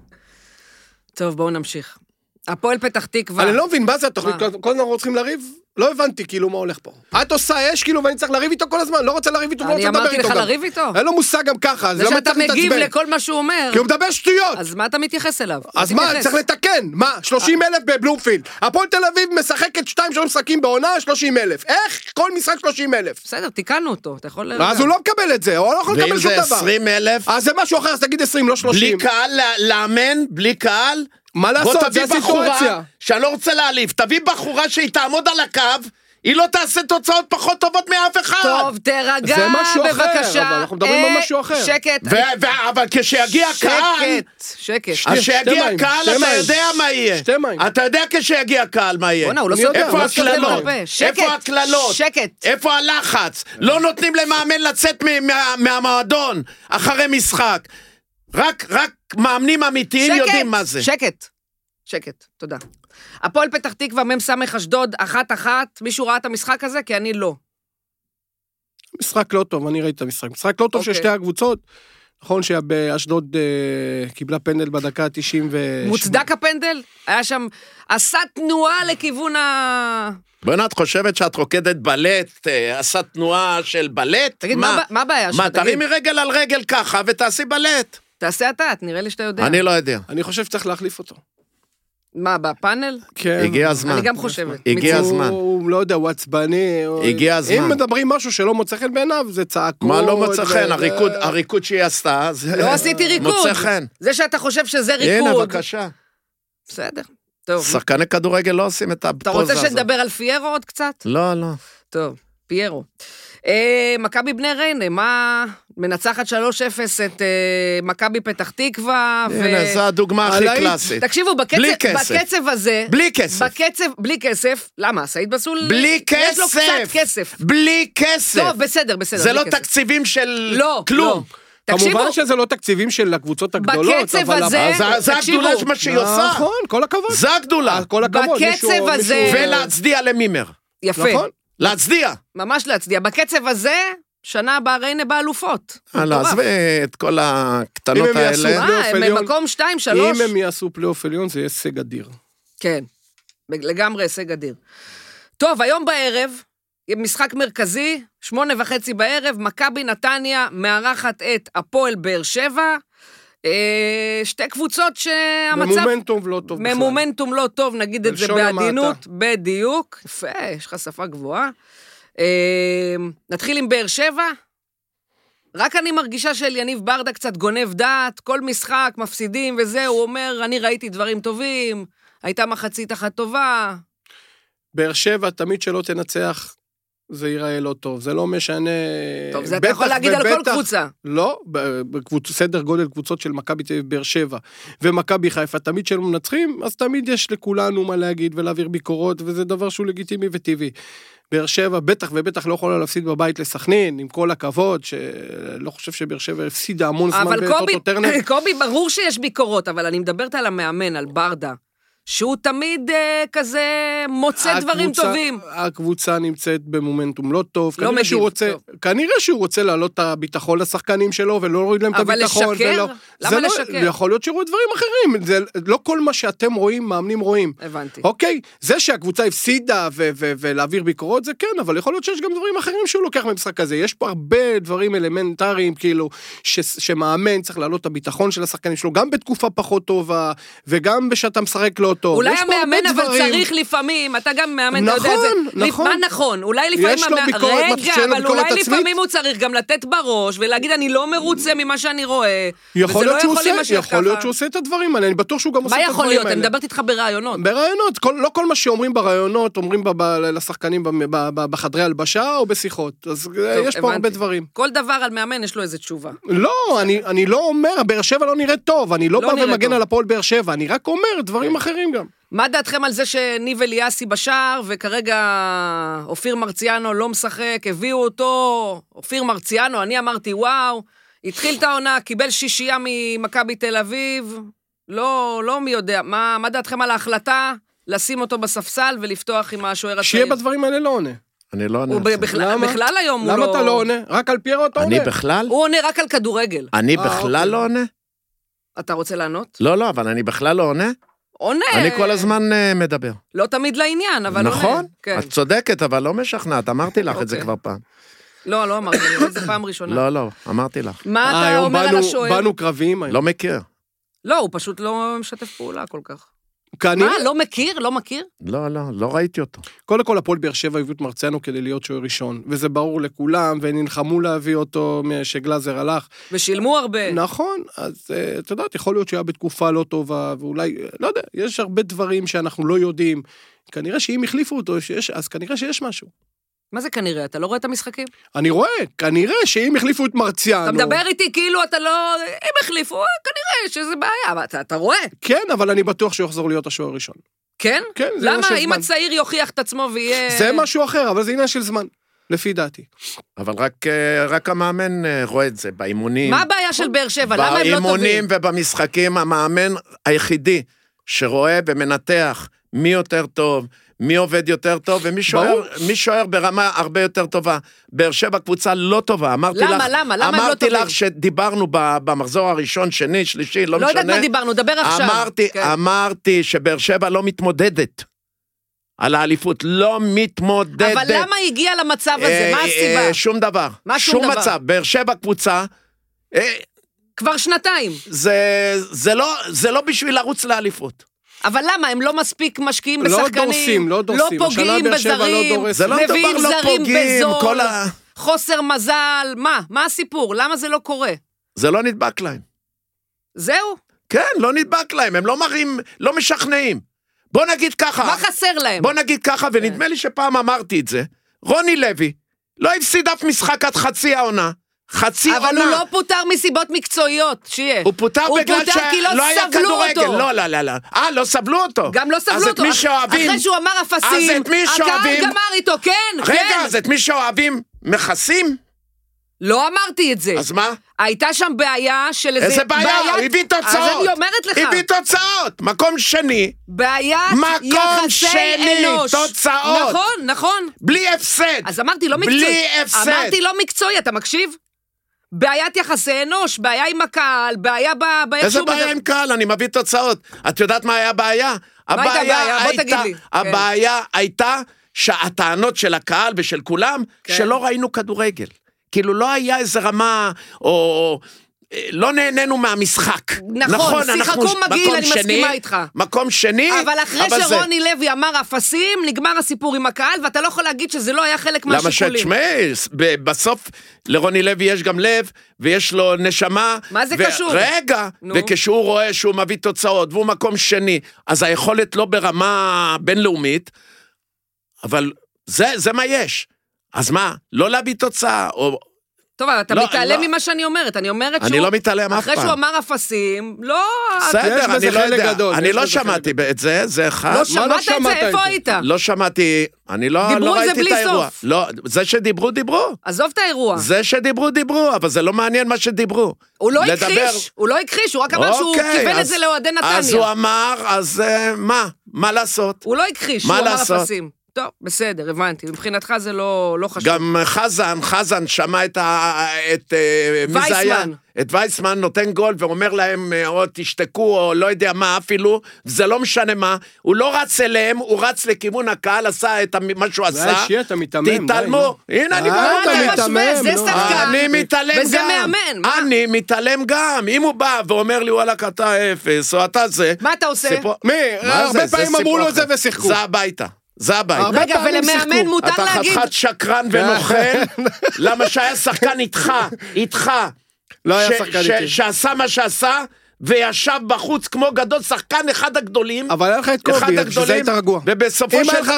טוב, בואו נמשיך. הפועל פתח תקווה. אני לא מבין, מה זה התוכנית? כל הזמן אנחנו צריכים לריב? לא הבנתי כאילו מה הולך פה. את עושה אש כאילו ואני צריך לריב איתו כל הזמן, לא רוצה לריב איתו, לא רוצה לדבר איתו גם. אני אמרתי לך לריב איתו? אין לו מושג גם ככה, זה שאתה מגיב לכל מה שהוא אומר. כי הוא מדבר שטויות. אז מה אתה מתייחס אליו? אז מה, צריך לתקן. מה, 30,000 בבלומפילד. הפועל תל אביב משחקת 2-3 משחקים בעונה, 30,000. איך? כל משחק 30,000. בסדר, תיקנו אותו, אתה יכול... אז הוא לא מקבל את זה, הוא לא יכול לקבל שום דבר. ואם זה 20,000? אז זה משהו אחר, אז תגיד 20, לא 30. בלי קהל לאמן, בלי קהל. מה לעשות, זה הסיטואציה. שאני לא רוצה להעליב, תביא בחורה שהיא תעמוד על הקו, היא לא תעשה תוצאות פחות טובות מאף אחד. טוב, תרגע, זה משהו בבקשה. אחר, אבל אנחנו מדברים על משהו אחר. שקט. אבל כשיגיע קהל... שקט. אז כשיגיע קהל, אתה יודע מה יהיה. שתי מים. אתה יודע כשיגיע קהל מה יהיה. בוא'נה, הוא לא סודר. איפה הקללות? איפה הקללות? שקט. איפה הלחץ? לא נותנים למאמן לצאת מהמועדון אחרי משחק. רק מאמנים אמיתיים יודעים מה זה. שקט, תודה. הפועל פתח תקווה, מ"ס אשדוד, 1-1, מישהו ראה את המשחק הזה? כי אני לא. משחק לא טוב, אני ראיתי את המשחק. משחק לא טוב של שתי הקבוצות. נכון שבאשדוד קיבלה פנדל בדקה 90 מוצדק הפנדל? היה שם, עשה תנועה לכיוון בוא'נה, את חושבת שאת רוקדת בלט, עשה תנועה של בלט? תגיד, מה הבעיה שלך? מה, תרימי רגל על רגל ככה ותעשי בלט. תעשה אתה, נראה לי שאתה יודע. אני לא יודע. אני חושב שצריך להחליף אותו. מה, בפאנל? כן. הגיע הזמן. אני גם חושבת. הגיע הזמן. הוא לא יודע, הוא עצבני. הגיע הזמן. אם מדברים משהו שלא מוצא חן בעיניו, זה צעקות. מה לא מוצא חן? הריקוד שהיא עשתה, לא עשיתי ריקוד. מוצא חן. זה שאתה חושב שזה ריקוד. הנה, בבקשה. בסדר. טוב. שחקני כדורגל לא עושים את הפוזה הזאת. אתה רוצה שנדבר על פיירו עוד קצת? לא. טוב, פיירו. מכבי בני ריינה, מה... מנצחת 3-0 את מכבי פתח תקווה. הנה, זו הדוגמה הכי קלאסית. תקשיבו, בקצב הזה... בלי כסף. בלי כסף. למה? סעיד בסול... בלי כסף. יש לו קצת כסף. בלי כסף. טוב, בסדר. זה לא תקציבים של כלום. כמובן שזה לא תקציבים של הקבוצות הגדולות. בקצב הזה... זה הגדולה מה שהיא עושה. נכון, כל הכבוד. זה הגדולה. כל הכבוד. בקצב הזה... ולהצדיע למימר. יפה. נכון. להצדיע. ממש להצדיע. בקצב הזה... שנה הבאה ריינה באלופות. לא, עזבי את כל הקטנות האלה. הם במקום 2-3. אם הם יעשו פלייאוף עליון, זה יהיה הישג אדיר. כן, לגמרי הישג אדיר. טוב, היום בערב, משחק מרכזי, 8:30 בערב, מכבי נתניה מארחת את הפועל באר שבע, שתי קבוצות שהמצב... ממומנטום לא טוב בכלל. ממומנטום לא טוב, נגיד את זה בעדינות, בדיוק. יפה, יש לך שפה גבוהה. נתחיל עם באר שבע, רק אני מרגישה של יניב ברדה קצת גונב דעת, כל משחק מפסידים וזה, הוא אומר, אני ראיתי דברים טובים, הייתה מחצית אחת טובה. באר שבע תמיד שלא תנצח, זה ייראה לא טוב, זה לא משנה... טוב, זה אתה יכול להגיד על כל קבוצה. לא, בסדר גודל קבוצות של מכבי תל אביב באר שבע ומכבי חיפה, תמיד שלא מנצחים, אז תמיד יש לכולנו מה להגיד ולהעביר ביקורות, וזה דבר שהוא לגיטימי וטבעי. באר שבע בטח ובטח לא יכולה להפסיד בבית לסכנין, עם כל הכבוד, שלא חושב שבאר שבע הפסידה המון זמן בטוטו טרנר. אבל קובי, ברור שיש ביקורות, אבל אני מדברת על המאמן, על ברדה, שהוא תמיד כזה מוצא דברים טובים. הקבוצה נמצאת במומנטום לא טוב, כנראה שהוא רוצה להעלות את הביטחון לשחקנים שלו, ולא להוריד להם את הביטחון. אבל לשקר? למה לשקר? יכול להיות שרואה דברים אחרים, זה לא כל מה שאתם רואים, מאמנים רואים. הבנתי. אוקיי, זה שהקבוצה הפסידה ולהעביר ביקורות זה כן, אבל יכול להיות שיש גם דברים אחרים שהוא לוקח במשחק הזה. יש פה הרבה דברים אלמנטריים, כאילו, שמאמן צריך להעלות את הביטחון של השחקנים שלו, גם בתקופה פחות טובה, וגם בשאתה משחק לא לא טוב. אולי המאמן אבל צריך לפעמים, אתה גם מאמן, אתה יודע, מה נכון? אולי לפעמים, רגע, אבל אולי לפעמים הוא צריך גם לתת בראש, ולהגיד, אני לא מרוצה ממה שאני רואה, וזה לא יכול להימשך ככה. יכול להיות שהוא עושה את הדברים האלה, אני בטוח שהוא גם עושה את הדברים האלה. מה יכול להיות? אני מדברת איתך ברעיונות. ברעיונות, לא כל מה שאומרים ברעיונות, אומרים לשחקנים בחדרי הלבשה או בשיחות, אז יש פה הרבה דברים. כל דבר על מאמן יש לו איזו תשובה. לא, אני לא אומר, באר שבע לא נראה טוב, אני לא בא ומגן על הפועל באר שבע, אני רק אומר דברים אחרים גם. מה דעתכם על זה שניב אליאסי בשער, וכרגע אופיר מרציאנו לא משחק, הביאו אותו, אופיר מרציאנו, אני אמרתי וואו, התחיל את העונה, קיבל שישייה ממכבי תל אביב, לא מי יודע, מה דעתכם על ההחלטה לשים אותו בספסל ולפתוח עם השוער הצעיר? שיהיה בדברים האלה לא עונה. אני לא עונה. בכלל היום הוא לא... למה אתה לא עונה? רק על פיירו אתה עונה? אני בכלל? הוא עונה רק על כדורגל. אני בכלל לא עונה? אתה רוצה לענות? לא, אבל אני בכלל לא עונה. עונה. אני כל הזמן מדבר. לא תמיד לעניין, אבל עונה. נכון, את צודקת, אבל לא משכנעת, אמרתי לך את זה כבר פעם. לא אמרתי, זה פעם ראשונה. לא, אמרתי לך. מה אתה אומר על השוער? באנו קרבים. לא מכיר. לא, הוא פשוט לא משתף פעולה כל כך. מה, לא מכיר? לא מכיר? לא ראיתי אותו. קודם כל, הפועל באר שבע הביאו את מרציאנו כדי להיות שוער ראשון, וזה ברור לכולם, ונלחמו להביא אותו שגלאזר הלך. ושילמו הרבה. נכון, אז אתה יודע, יכול להיות שהיה בתקופה לא טובה, ואולי, לא יודע, יש הרבה דברים שאנחנו לא יודעים. כנראה שאם החליפו אותו, אז כנראה שיש משהו. מה זה כנראה? אתה לא רואה את המשחקים? אני רואה, כנראה שאם החליפו את מרציאנו... אתה מדבר איתי כאילו אתה לא... אם החליפו, כנראה שזה בעיה, אבל אתה רואה. כן, אבל אני בטוח שהוא יחזור להיות השוער הראשון. כן? כן, זה עניין של זמן. למה? אם הצעיר יוכיח את עצמו ויהיה... זה משהו אחר, אבל זה עניין של זמן, לפי דעתי. אבל רק המאמן רואה את זה, באימונים... מה הבעיה של באר שבע? למה הם לא טובים? באימונים ובמשחקים, המאמן היחידי שרואה ומנתח מי יותר טוב, מי עובד יותר טוב, ומי שוער ברמה הרבה יותר טובה. באר שבע קבוצה לא טובה. למה הם לא טובים? אמרתי לך שדיברנו במחזור הראשון, שני, שלישי, לא משנה. לא יודעת מה דיברנו, דבר עכשיו. אמרתי שבאר שבע לא מתמודדת. על האליפות, לא מתמודדת. אבל למה הגיע למצב הזה? מה הסיבה? שום דבר. שום מצב. באר שבע קבוצה... כבר שנתיים. זה לא בשביל לרוץ לאליפות. אבל למה? הם לא מספיק משקיעים בשחקנים, לא פוגעים בזרים, מביאים זרים בזול, חוסר מזל, מה הסיפור? למה זה לא קורה? זה לא נדבק להם. זהו? כן, לא נדבק להם, הם לא מראים, לא משכנעים. בוא נגיד ככה. מה חסר להם? בוא נגיד ככה, ונדמה לי שפעם אמרתי את זה, רוני לוי לא הפסיד אף משחק עד חצי העונה. חצי עונה. אבל הוא לא פוטר מסיבות מקצועיות, שיהיה. הוא פוטר בגלל שלא היה כדורגל. לא. לא סבלו אותו. גם לא סבלו אותו. אחרי שהוא אמר אפסים, הקהל גמר איתו, כן. רגע, אז את מי שאוהבים מכסים? לא אמרתי את זה. אז מה? הייתה שם בעיה של איזה... איזה בעיה? הביא תוצאות. אז אני אומרת לך. הביא תוצאות. מקום שני. בעיית יחסי אנוש. תוצאות. נכון. בלי הפסד. אז אמרתי לא מקצועי. בלי הפסד. אמרתי לא מקצועי, אתה מקשיב? בעיית יחסי אנוש, בעיה עם הקהל, בעיה איזה בעיה עם קהל? אני מביא תוצאות. את יודעת מה היה הבעיה? הבעיה הייתה שהטענות של הקהל ושל כולם, שלא ראינו כדורגל. כאילו לא היה איזה רמה, או לא נהנינו מהמשחק. נכון, שיחקו מגעיל, אני מסכימה איתך. מקום שני. אבל אחרי שרוני לוי אמר אפסים, נגמר הסיפור עם הקהל, ואתה לא יכול להגיד שזה לא היה חלק מהשיקולים. למה שתשמעי, בסוף לרוני לוי יש גם לב, ויש לו נשמה. מה זה קשור? רגע, וכשהוא רואה שהוא מביא תוצאות, והוא מקום שני, אז היכולת לא ברמה בינלאומית, אבל זה מה יש. אז מה, לא להביא תוצאה, או... טוב, אתה מתעלם ממה שאני אומרת, אני אומרת שהוא... אני לא מתעלם אף פעם. אחרי שהוא אמר אפסים, לא... בסדר, אני לא יודע, אני לא שמעתי את זה, זה אחד. לא שמעת את זה, איפה היית? לא שמעתי, אני לא ראיתי את האירוע. לא, זה שדיברו, דיברו. עזוב את האירוע. זה שדיברו, דיברו, אבל זה לא מעניין מה שדיברו. הוא לא הכחיש, הוא רק אמר שהוא כיוון את זה לאוהדי נתניה. אז הוא אמר, אז מה לעשות? הוא לא הכחיש, הוא אמר אפסים. טוב, בסדר, הבנתי. מבחינתך זה לא חשוב. גם חזן שמע את וייסמן. את וייסמן נותן גול ואומר להם, או תשתקו, או לא יודע מה אפילו, זה לא משנה מה, הוא לא רץ אליהם, הוא רץ לכיוון הקהל, עשה את מה שהוא עשה. אתה מתאמן. תתעלמו. הנה, אני זה שחקן. אני מתעלם גם. וזה מאמן. אני מתעלם גם. אם הוא בא ואומר לי, וואלה, אתה אפס, או אתה זה. מה אתה עושה? הרבה פעמים אמרו לו זה ושיחקו. זה הביתה. זה הבית. רגע, ולמאמן מותר להגיד... אתה חתיכת שקרן ונוכל, למה שהיה שחקן איתך, לא היה שחקן איתי. שעשה מה שעשה, וישב בחוץ כמו גדול, שחקן אחד הגדולים. אבל היה לך את קובי, שזה היית רגוע. ובסופו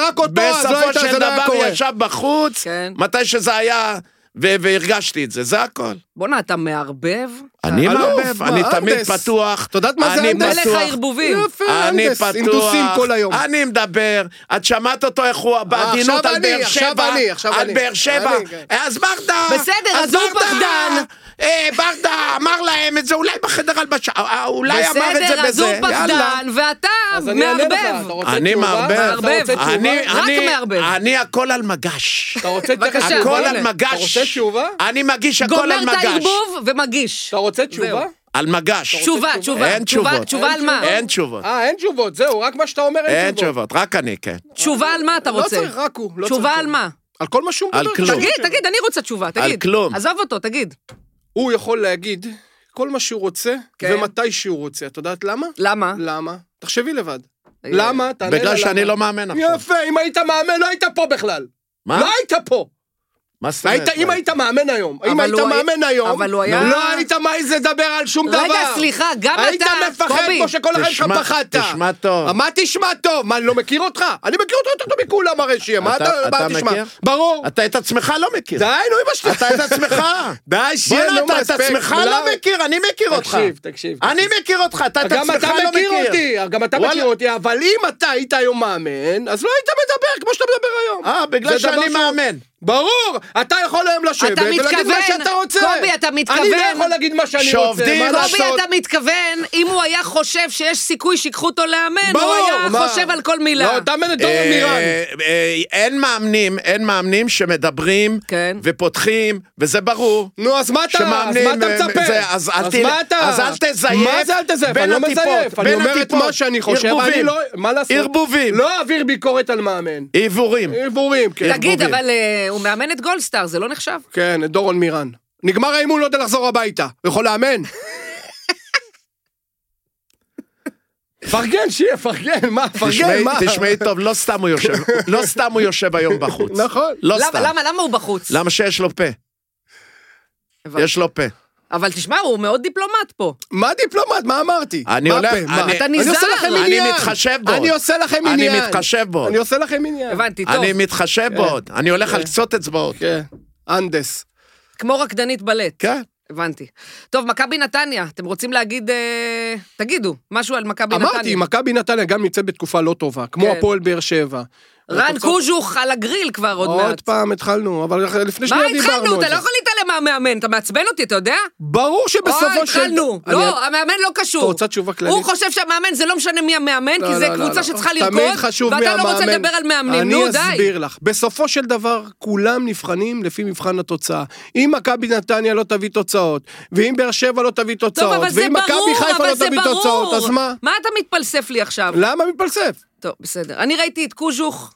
של דבר ישב בחוץ, מתי שזה היה, והרגשתי את זה, זה הכל. בונה, אתה מערבב? אני מערבב, אני תמיד פתוח. אתה יודעת מה זה אנדס? מלך הערבובים. אני פתוח, אינדוסים כל היום. אני מדבר, את שמעת אותו איך הוא בעדינות על באר שבע, על באר שבע, אז ברדה, בסדר, אז הוא פחדן. ברדה אמר להם את זה, אולי בחדר הלבשה, אולי אמר את זה בזה. בסדר, אז הוא פחדן, ואתה מערבב. אני מערבב, רק מערבב. אני הכל על מגש. אתה רוצה הכל על מגש. אתה רוצה תשובה? אני מגיש הכל על מגש. גומר את הערבוב ומגיש. אתה רוצה תשובה? על מגש. תשובה. אין תשובות. תשובה על מה? אין תשובות. אין תשובות, זהו, רק מה שאתה אומר אין תשובות, רק אני, כן. תשובה על מה אתה רוצה? לא צריך, רק הוא. תשובה על מה? על כל מה שהוא מדבר. תגיד, אני רוצה תשובה, תגיד. על כלום. עזוב אותו, תגיד. הוא יכול להגיד כל מה שהוא רוצה, ומתי שהוא רוצה. את יודעת למה? למה? תחשבי לבד. למה? בגלל שאני לא מאמן עכשיו. יפה, אם היית מאמן, לא היית פה בכלל. מה? לא היית פה. מה זאת אומרת? אם היית מאמן היום, לא היית מעז לדבר על שום דבר. רגע, סליחה, גם אתה, היית מפחד כמו שכל אחד שלך פחדת. תשמע טוב. מה תשמע טוב? מה, אני לא מכיר אותך? אני מכיר אותך יותר מכולם הרי שיהיה. מה אתה תשמע? ברור. אתה את עצמך לא מכיר. די, נו, אמא שלי. אתה את עצמך. די, שיהיה, נו, אתה את עצמך לא מכיר, אני מכיר אותך. תקשיב. אני מכיר אותך, אתה את עצמך לא מכיר. גם אתה מכיר אותי, אבל אם אתה היית היום מאמן, אז לא היית מדבר כמו שאתה מדבר היום. בגלל שאני מאמן. ברור, אתה יכול היום לשבת ולהגיד מה שאתה רוצה. קובי, אתה מתכוון. אני לא יכול להגיד מה שאני רוצה. קובי, אתה מתכוון, אם הוא היה חושב שיש סיכוי שיקחו אותו לאמן, הוא היה חושב על כל מילה. לא, אתה מנדור מירן. אין מאמנים שמדברים ופותחים, וזה ברור. נו, אז מה אתה מצפה? אז אל תזייף. מה זה אל תזייף? אני לא מזייף. אני אומר את מה שאני חושב. מה לעשות? ערבובים. לא אעביר ביקורת על מאמן. עיבורים, כן. תגיד, אבל הוא מאמן את גולדסטאר, זה לא נחשב? כן, את דורון מירן. נגמר האימון, לא יודע לחזור הביתה. יכול לאמן. פרגן, שיהיה, פרגן, מה? תשמעי טוב, לא סתם הוא יושב היום בחוץ. נכון. למה הוא בחוץ? למה שיש לו פה? יש לו פה. אבל תשמע, הוא מאוד דיפלומט פה. מה דיפלומט? מה אמרתי? אתה נזהר. אני מתחשב בו. אני עושה לכם עניין. אני מתחשב בו. אני עושה לכם עניין. הבנתי, טוב. אני מתחשב בו. אני הולך על קצות אצבעות. כן, אנדס. כמו רקדנית בלט. כן. הבנתי. טוב, מכבי נתניה, אתם רוצים להגיד, תגידו, משהו על מכבי נתניה. אמרתי, מכבי נתניה גם נמצאת בתקופה לא טובה, כמו הפועל באר שבע. רן קוז'וך על הגריל כבר עוד מעט. עוד פעם התחלנו, אבל לפני שנייה דיברנו. מה התחלנו? אתה לא יכול להתעלם מהמאמן, אתה מעצבן אותי, אתה יודע? ברור שבסופו של... התחלנו. לא, המאמן לא קשור. אתה רוצה תשובה כללית? הוא חושב שהמאמן זה לא משנה מי המאמן, כי זה קבוצה שצריכה לרקוד, ואתה לא רוצה לדבר על מאמנים, נו די. אני אסביר לך, בסופו של דבר, כולם נבחנים לפי מבחן התוצאה. אם מכבי נתניה לא תביא תוצאות, ואם באר שבע לא תביא תוצאות, ואם מכבי חיפה לא תביא תוצאות, אז מה? מה אתה מתפלסף לי עכשיו? למה מתפלסף? טוב, בסדר. אני ראיתי את קוז'וך.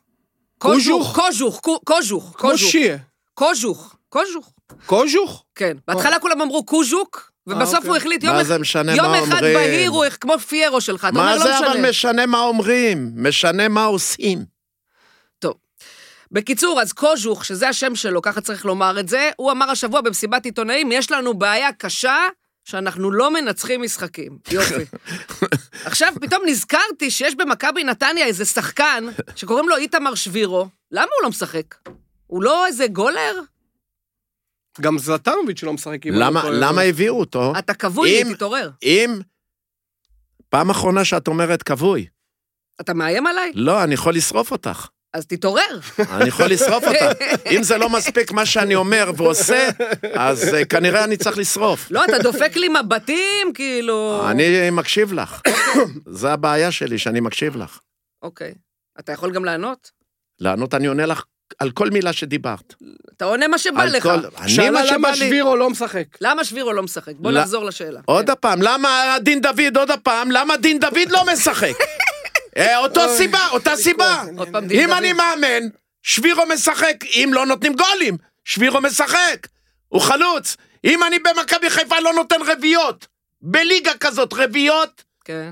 קוז'וך. כן. בהתחלה כולם אמרו קוז'וק, ובסוף הוא החליט יום אחד בהיר הוא כמו פיירו שלך. מה זה אבל משנה מה אומרים? משנה מה עושים. טוב. בקיצור, אז קוז'וך, שזה השם שלו, ככה צריך לומר את זה, הוא אמר השבוע במסיבת עיתונאים, יש לנו בעיה קשה שאנחנו לא מנצחים משחקים. יופי. עכשיו פתאום נזכרתי שיש במכבי נתניה איזה שחקן שקוראים לו איתמר שבירו. למה הוא לא משחק? הוא לא איזה גולר? גם זלטנוביץ' לא משחק. למה הביאו אותו? אתה כבוי, תתעורר. אם פעם אחרונה שאת אומרת כבוי. אתה מאיים עליי? לא, אני יכול לשרוף אותך. אז תתעורר. אני יכול לשרוף אותך. אם זה לא מספיק מה שאני אומר ועושה, אז כנראה אני צריך לשרוף. לא, אתה דופק לי מבטים, כאילו... אני מקשיב לך. זה הבעיה שלי, שאני מקשיב לך. אוקיי. אתה יכול גם לענות? לענות, אני עונה לך על כל מילה שדיברת. אתה עונה מה שבא לך. שאלה למה שבירו לא משחק. למה שבירו לא משחק? בוא נחזור לשאלה. עוד הפעם, למה דין דוד, למה דין דוד לא משחק? אותה סיבה. אם אני מאמן, שבירו משחק, אם לא נותנים גולים, שבירו משחק, הוא חלוץ. אם אני במכבי חיפה לא נותן רביעיות, בליגה כזאת רביעיות,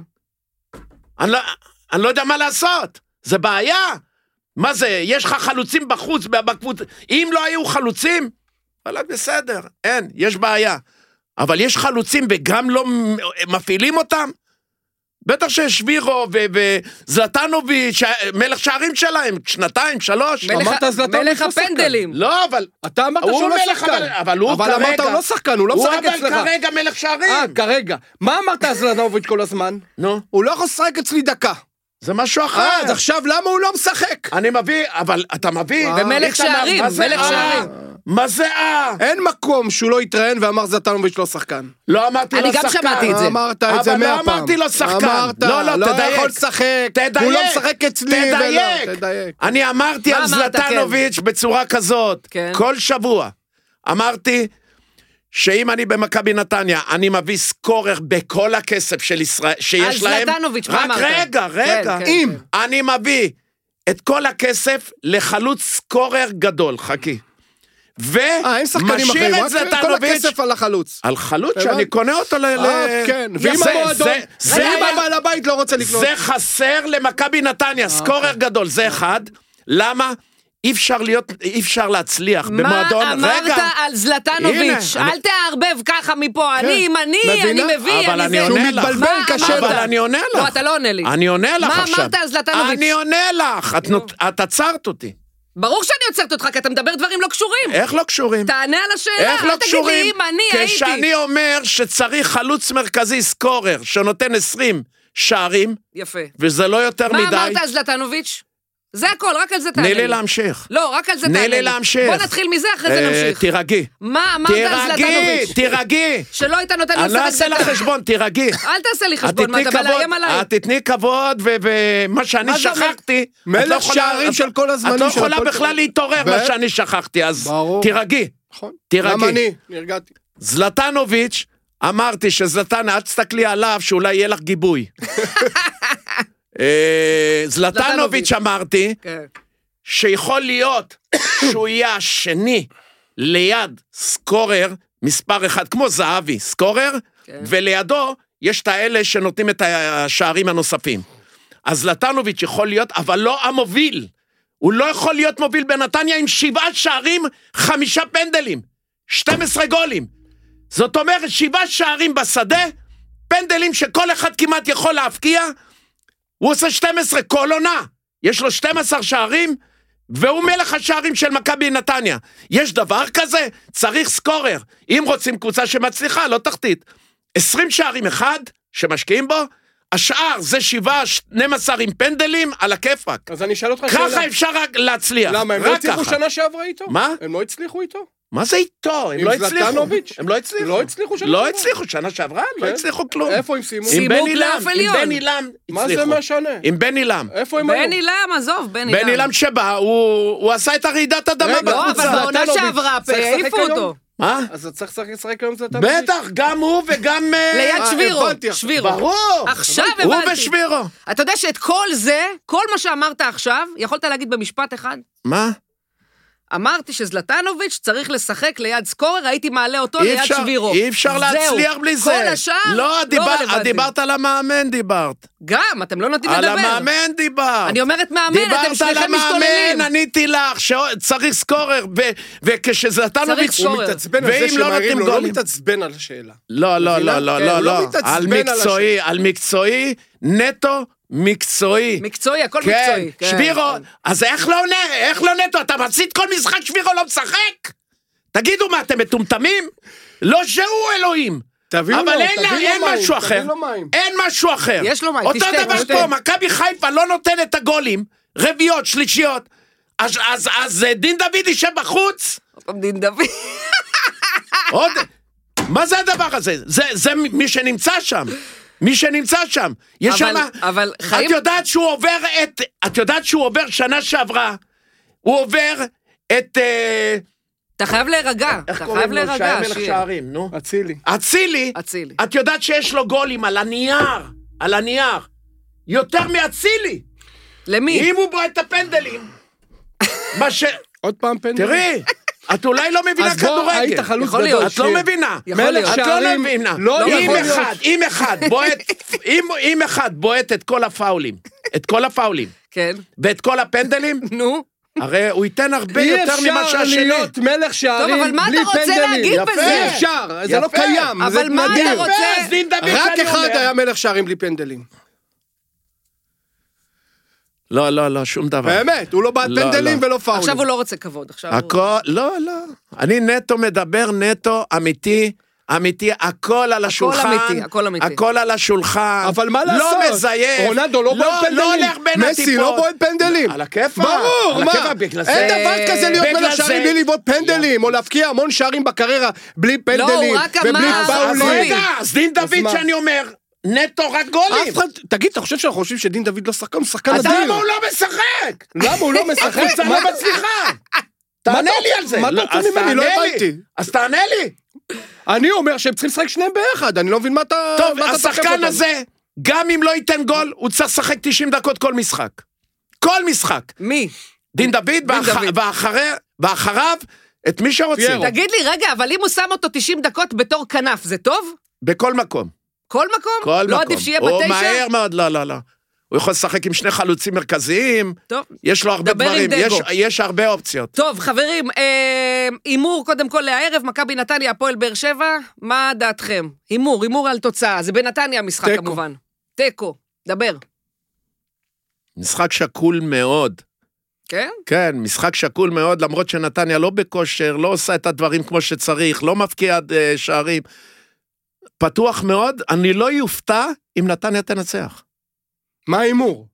אני לא יודע מה לעשות, זה בעיה. מה זה, יש לך חלוצים בחוץ, בקבוצה, אם לא היו חלוצים, אבל בסדר, אין, יש בעיה. אבל יש חלוצים וגם לא מפעילים אותם? בטח ששבירו וזלטנוביץ' מלך שערים שלהם, 2, 3. מלך הפנדלים. לא, אבל... אתה אמרת שהוא לא שחקן. אבל הוא כרגע... אבל אמרת הוא לא שחקן, הוא לא משחק אצלך. הוא אבל כרגע מלך שערים. כרגע. מה אמרת זלטנוביץ' כל הזמן? נו. הוא לא יכול לשחק אצלי דקה. זה משהו אחר. אז עכשיו למה הוא לא משחק? אני מביא, אבל אתה מביא... ומלך שערים, מלך שערים. מה זה אין מקום שהוא לא יתראיין ואמר זלטנוביץ' לא שחקן. לא אמרתי לו שחקן. אני גם שמעתי את זה. אמרת את זה 100 פעם. אבל לא אמרתי לו שחקן. אמרת, לא יכול לשחק. הוא לא משחק אצלי. תדייק. אני אמרתי על זלטנוביץ' בצורה כזאת. כל שבוע. אמרתי שאם אני במכבי נתניה, אני מביא סקורר בכל הכסף של ישראל, שיש להם. על זלטנוביץ', מה אמרת? רק רגע. אם אני מביא את כל הכסף לחלוץ סקורר גדול, חכי. ומשאיר את זלטנוביץ' כל הכסף על החלוץ. על חלוץ שאני קונה אותו כן, ואם המועדון, ואם הבעל הבית לא רוצה לקנות. זה חסר למכבי נתניה, סקורר גדול, זה אחד. למה? אי אפשר להצליח במועדון. מה אמרת על זלטנוביץ'? אל תערבב ככה מפה, אני מביא, אבל אני עונה לך. אבל אני עונה לך. לא, אתה לא עונה לי. אני עונה לך עכשיו. מה אמרת על זלטנוביץ'? אני עונה לך, את עצרת אותי. ברור שאני עוצרת אותך, כי אתה מדבר דברים לא קשורים. איך לא קשורים? תענה על השאלה, אל תגיד לי אם אני הייתי. כשאני אומר שצריך חלוץ מרכזי סקורר, שנותן 20 שערים, יפה. וזה לא יותר מדי. מה אמרת על זלטנוביץ'? זה הכל, רק על זה תענה לי. תני לי להמשיך. לא, רק על זה תענה לי. תני לי להמשיך. בוא נתחיל מזה, אחרי זה נמשיך. תירגי. מה אמרת על זלטנוביץ'? תירגי. שלא היית נותן לו אני לא אעשה לך חשבון, תירגי. אל תעשה לי חשבון, מה אתה בא לאיים עליי? תתני כבוד, ומה שאני שכחתי, מלך שערים של כל הזמנים. את לא יכולה בכלל להתעורר מה שאני שכחתי, אז תירגי. תירגי. גם אני, נרגעתי. זלטנוביץ', אמרתי שזלטן, אל תסתכלי עליו, שאולי יהיה לך גיבוי. זלטנוביץ' אמרתי, שיכול להיות שהוא יהיה השני ליד סקורר מספר אחד, כמו זהבי, סקורר, ולידו יש את האלה שנותנים את השערים הנוספים. אז זלטנוביץ' יכול להיות, אבל לא המוביל. הוא לא יכול להיות מוביל בנתניה עם 7 שערים, 5 פנדלים, 12 גולים. זאת אומרת, 7 שערים בשדה, פנדלים שכל אחד כמעט יכול להפקיע, הוא עושה 12 כל עונה. יש לו 12 שערים, והוא מלך השערים של מכבי נתניה. יש דבר כזה? צריך סקורר. אם רוצים קבוצה שמצליחה, לא תחתית. 20 שערים אחד, שמשקיעים בו, השאר זה 7, 12 עם פנדלים על הכיפק. אז אני אשאל אותך שאלה. ככה אפשר רק להצליח. למה, הם לא הצליחו שנה שעברה איתו? מה? הם לא הצליחו איתו? מה זה איתו? הם לא הצליחו. הם לא הצליחו. לא הצליחו שנה שעברה? לא הצליחו שנה שעברה, לא הצליחו כלום. איפה הם סיימו? סיימו פלייאוף עליון. עם בן אילם מה זה משנה? עם בן אילם. איפה הם היו? בן אילם, עזוב, בן אילם. בן אילם שבא, הוא עשה את הרעידת אדמה בקבוצה. לא, אבל בעונה שעברה, העיפו אותו. מה? אז אתה צריך לשחק היום זלטנוביץ'? בטח, גם הוא וגם... ליד שבירו. ברור. עכשיו הבנתי. הוא ושבירו. אתה יודע שאת כל זה, כל מה שאמרת עכשיו, יכולת להגיד במשפט אחד? מה? אמרתי שזלטנוביץ' צריך לשחק ליד סקורר, הייתי מעלה אותו ליד שבירו. אי אפשר להצליח בלי זה. כל השאר לא רלוונטי. דיברת על המאמן, דיברת. גם, אתם לא נותנים לדבר. על המאמן דיברת. אני אומרת מאמן, אתם שניכם משתוללים. דיברת על המאמן, עניתי לך, שצריך סקורר, וכשזלטנוביץ' הוא מתעצבן על זה שמערים לו, לא מתעצבן על השאלה. לא, על מקצועי, נטו, מקצועי. מקצועי, הכל מקצועי. שבירו, אז איך לא נטו? אתה מצית כל משחק שבירו לא משחק? תגידו מה, אתם מטומטמים? לא שהוא אלוהים. אבל אין משהו אחר. אין משהו אחר. יש לו מים, אותו דבר פה, מכבי חיפה לא נותן את הגולים, רביעיות, שלישיות. אז דין דוד יישב בחוץ? דין דוד. מה זה הדבר הזה? זה מי שנמצא שם. מי שנמצא שם, יש שם, אבל את יודעת שהוא עובר שנה שעברה, הוא עובר את... אתה חייב להירגע, איך קוראים לו? שהיה מלך שערים, נו. אצילי. את יודעת שיש לו גולים על הנייר. יותר מאצילי. למי? אם הוא בועט את הפנדלים. עוד פעם פנדלים. תראי, את אולי לא מבינה כדורגל. היית חלוץ גדול. את לא מבינה. מלך שערים. אם אחד בועט את כל הפאולים. כן. ואת כל הפנדלים. נו. הרי הוא ייתן הרבה יותר ממה שהשני. אי אפשר להיות מלך שערים בלי פנדלים. טוב, אבל מה אתה רוצה להגיד בזה? אי אפשר, זה לא קיים. אבל מה אתה רוצה? רק אחד היה מלך שערים בלי פנדלים. לא, שום דבר. באמת, הוא לא בעד פנדלים ולא פאולים. עכשיו הוא לא רוצה כבוד. לא. אני נטו מדבר, נטו אמיתי, הכל על השולחן. הכל על השולחן. אבל מה לעשות? לא מזייף. רונלדו לא בועט פנדלים. לא הולך בין הטיפות. מסי לא בועט פנדלים. על הכיפה. ברור, מה? אין דבר כזה להיות מלך שערים בלי לבעוט פנדלים, או להפקיע המון שערים בקריירה בלי פנדלים. ובלי פאולים. אז דין דוד שאני אומר, נטו רק גולים. תגיד, אתה חושב שאנחנו חושבים שדין דוד לא שחקן? הוא שחקן אדיר. למה הוא לא משחק? למה הוא לא משחק? הקבוצה לא מצליחה. תענה לי על זה. מה אתה רוצה ממני? לא הבנתי. אז תענה לי. אני אומר שהם צריכים לשחק שניהם ביחד, אני לא מבין מה אתה... טוב, השחקן הזה, גם אם לא ייתן גול, הוא צריך לשחק 90 דקות כל משחק. כל משחק. מי? דין דוד, ואחריו, את מי שרוצים. תגיד לי, רגע, אבל אם הוא שם אותו 90 דקות בתור כנף, זה טוב? בכל מקום. כל מקום? כל מקום. לא עדיף שיהיה בתשע? הוא מהר מאוד, לא. הוא יכול לשחק עם שני חלוצים מרכזיים, טוב. יש לו הרבה דברים, יש הרבה אופציות. טוב, חברים, אימור קודם כל להערב, מכבי נתניה, הפועל באר שבע, מה דעתכם? אימור על תוצאה, זה בנתניה המשחק כמובן. תיקו, דבר. משחק שקול מאוד. כן? כן, משחק שקול מאוד, למרות שנתניה לא בכושר, לא עושה את הדברים כמו שצריך, לא מפקיע שערים. פתוח מאוד, אני לא יופתע אם נתניה תנצח. מה האימור?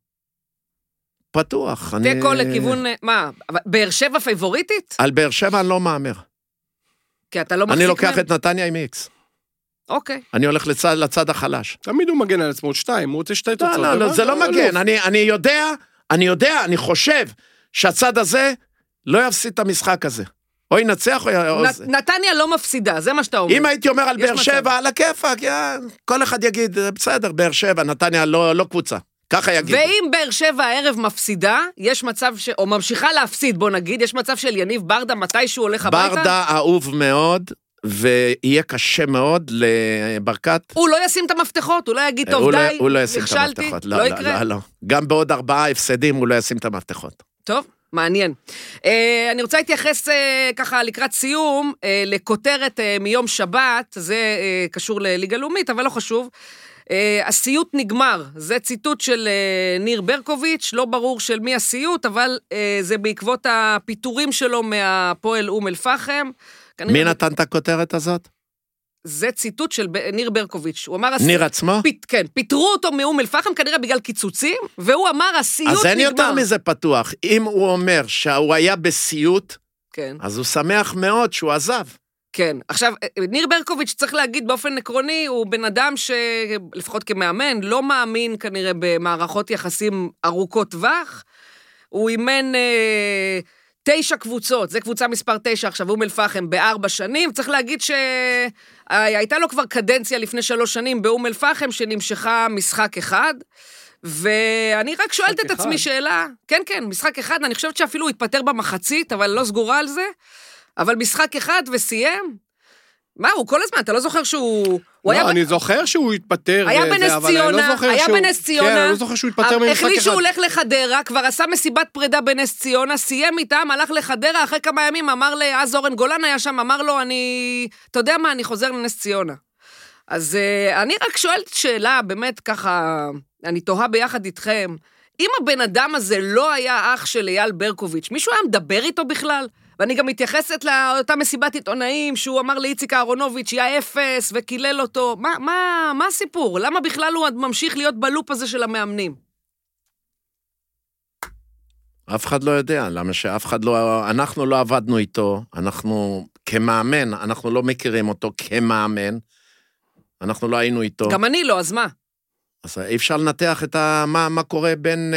פתוח. תיקו לכיוון, מה, באר שבע פייבוריטית? על באר שבע אני לא מאמר. כי אתה לא מחזיק אני לוקח את נתניה עם איקס. אוקיי. אני הולך לצד החלש. תמיד הוא מגן על עצמו 2, הוא רוצה 2 תוצאות. לא, זה לא מגן, אני יודע, אני חושב שהצד הזה לא יפסיד את המשחק הזה. או ינצח או... נתניה לא מפסידה, זה מה שאתה אומר. אם הייתי אומר על באר שבע, על הכיפק, כל אחד יגיד, בסדר, באר שבע, נתניה לא קבוצה. ככה יגיד. ואם באר שבע הערב מפסידה, יש מצב או ממשיכה להפסיד, בוא נגיד, יש מצב של יניב ברדה, מתי שהוא הולך הביתה? ברדה אהוב מאוד, ויהיה קשה מאוד לברקת. הוא לא ישים את המפתחות, הוא לא יגיד, טוב, די, הוא לא ישים את המפתחות. לא יקרה. לא. גם בעוד 4 הפסדים, הוא לא ישים את המפתחות. טוב. מעניין. אני רוצה להתייחס ככה לקראת סיום, לכותרת מיום שבת, זה קשור לליגה לאומית, אבל לא חשוב. הסיוט נגמר, זה ציטוט של ניר ברקוביץ', לא ברור של מי הסיוט, אבל זה בעקבות הפיטורים שלו מהפועל אום אל-פחם. מי נתן את הכותרת הזאת? זה ציטוט של ניר ברקוביץ', הוא אמר... ניר עצמו? כן, פיטרו אותו מאום אל-פחם, כנראה בגלל קיצוצים, והוא אמר, הסיוט נגמר. אז אין יותר מזה פתוח. אם הוא אומר שהוא היה בסיוט, כן. אז הוא שמח מאוד שהוא עזב. כן. עכשיו, ניר ברקוביץ' צריך להגיד באופן עקרוני, הוא בן אדם שלפחות כמאמן, לא מאמין כנראה במערכות יחסים ארוכות טווח, הוא אימן... 9 קבוצות, זה קבוצה מספר 9, עכשיו אום אל-פחם ב4 שנים, צריך להגיד שהייתה לו כבר קדנציה לפני 3 שנים באום אל-פחם, שנמשכה משחק אחד, ואני רק שואלת את עצמי שאלה, כן, משחק אחד, אני חושבת שאפילו הוא התפטר במחצית, אבל לא סגורה על זה, אבל משחק אחד וסיים, מה, הוא כל הזמן, אתה לא זוכר שהוא... לא, אני זוכר שהוא התפטר, היה בנס ציונה, כן, אני לא זוכר שהוא התפטר ממשחק אחד. החליט שהוא הולך לחדרה, כבר עשה מסיבת פרידה בנס ציונה, סיים איתם, הלך לחדרה, אחרי כמה ימים אמר אז אורן גולן היה שם, אמר לו, אתה יודע מה, אני חוזר לנס ציונה. אז אני רק שואלת שאלה, באמת ככה, אני תוהה ביחד איתכם, אם הבן אדם הזה לא היה אח של אייל ברקוביץ', מישהו היה מדבר איתו בכלל? ואני גם מתייחסת לאותה מסיבת עיתונאים, שהוא אמר לאיציק אהרונוביץ', יהיה 0, וקילל אותו. מה הסיפור? למה בכלל הוא ממשיך להיות בלופ הזה של המאמנים? אף אחד לא יודע, למה שאף אחד לא... אנחנו לא עבדנו איתו, אנחנו כמאמן, אנחנו לא מכירים אותו כמאמן, אנחנו לא היינו איתו. גם אני לא, אז מה? אז אי אפשר לנתח את מה קורה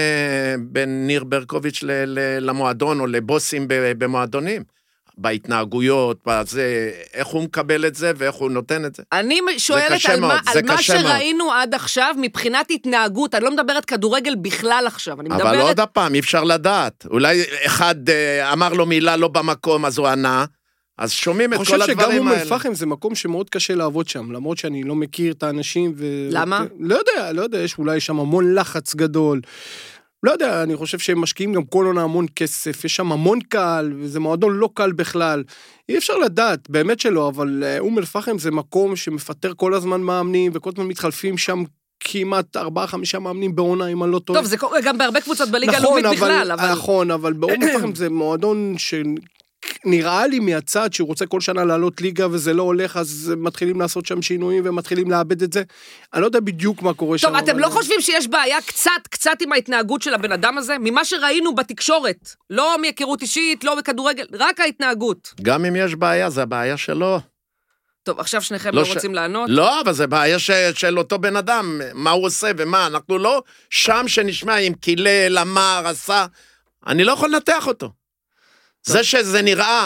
בין ניר ברקוביץ' למועדון, או לבוסים במועדונים. בהתנהגויות, בזה, איך הוא מקבל את זה, ואיך הוא נותן את זה. אני שואלת על מה שראינו עד עכשיו, מבחינת התנהגות, אני לא מדברת כדורגל בכלל עכשיו, אני מדברת... אבל עוד הפעם, אי אפשר לדעת. אולי אחד אמר לו מילה לא במקום, אז הוא ענה, אז שומעים את כל הדברים האלה. אני חושב שגם אום אל-פחם זה מקום שמאוד קשה לעבוד שם, למרות שאני לא מכיר את האנשים למה? לא יודע, יש אולי שם המון לחץ גדול, לא יודע, אני חושב שהם משקיעים גם כל עונה המון כסף, יש שם המון קל, וזה מועדון לא קל בכלל. אי אפשר לדעת, באמת שלא, אבל אום אל-פחם זה מקום שמפטר כל הזמן מאמנים, וכל הזמן מתחלפים שם כמעט 4-5 מאמנים בעונה, אם אני לא טועה. טוב, זה קורה גם בהרבה קבוצות בליגה הלאומית בכלל, אבל... נכון, אבל באום אל-פחם זה מועדון נראה לי מהצד שהוא רוצה כל שנה לעלות ליגה וזה לא הולך, אז מתחילים לעשות שם שינויים ומתחילים לאבד את זה. אני לא יודע בדיוק מה קורה שם. טוב, אתם לא חושבים שיש בעיה קצת עם ההתנהגות של הבן אדם הזה? ממה שראינו בתקשורת, לא מהיכרות אישית, לא בכדורגל, רק ההתנהגות. גם אם יש בעיה, זה הבעיה שלו. טוב, עכשיו שניכם לא רוצים לענות? לא, אבל זה בעיה של אותו בן אדם, מה הוא עושה ומה, אנחנו לא שם שנשמע אם קילל, אמר, עשה, אני לא יכול לנתח אותו. זה שזה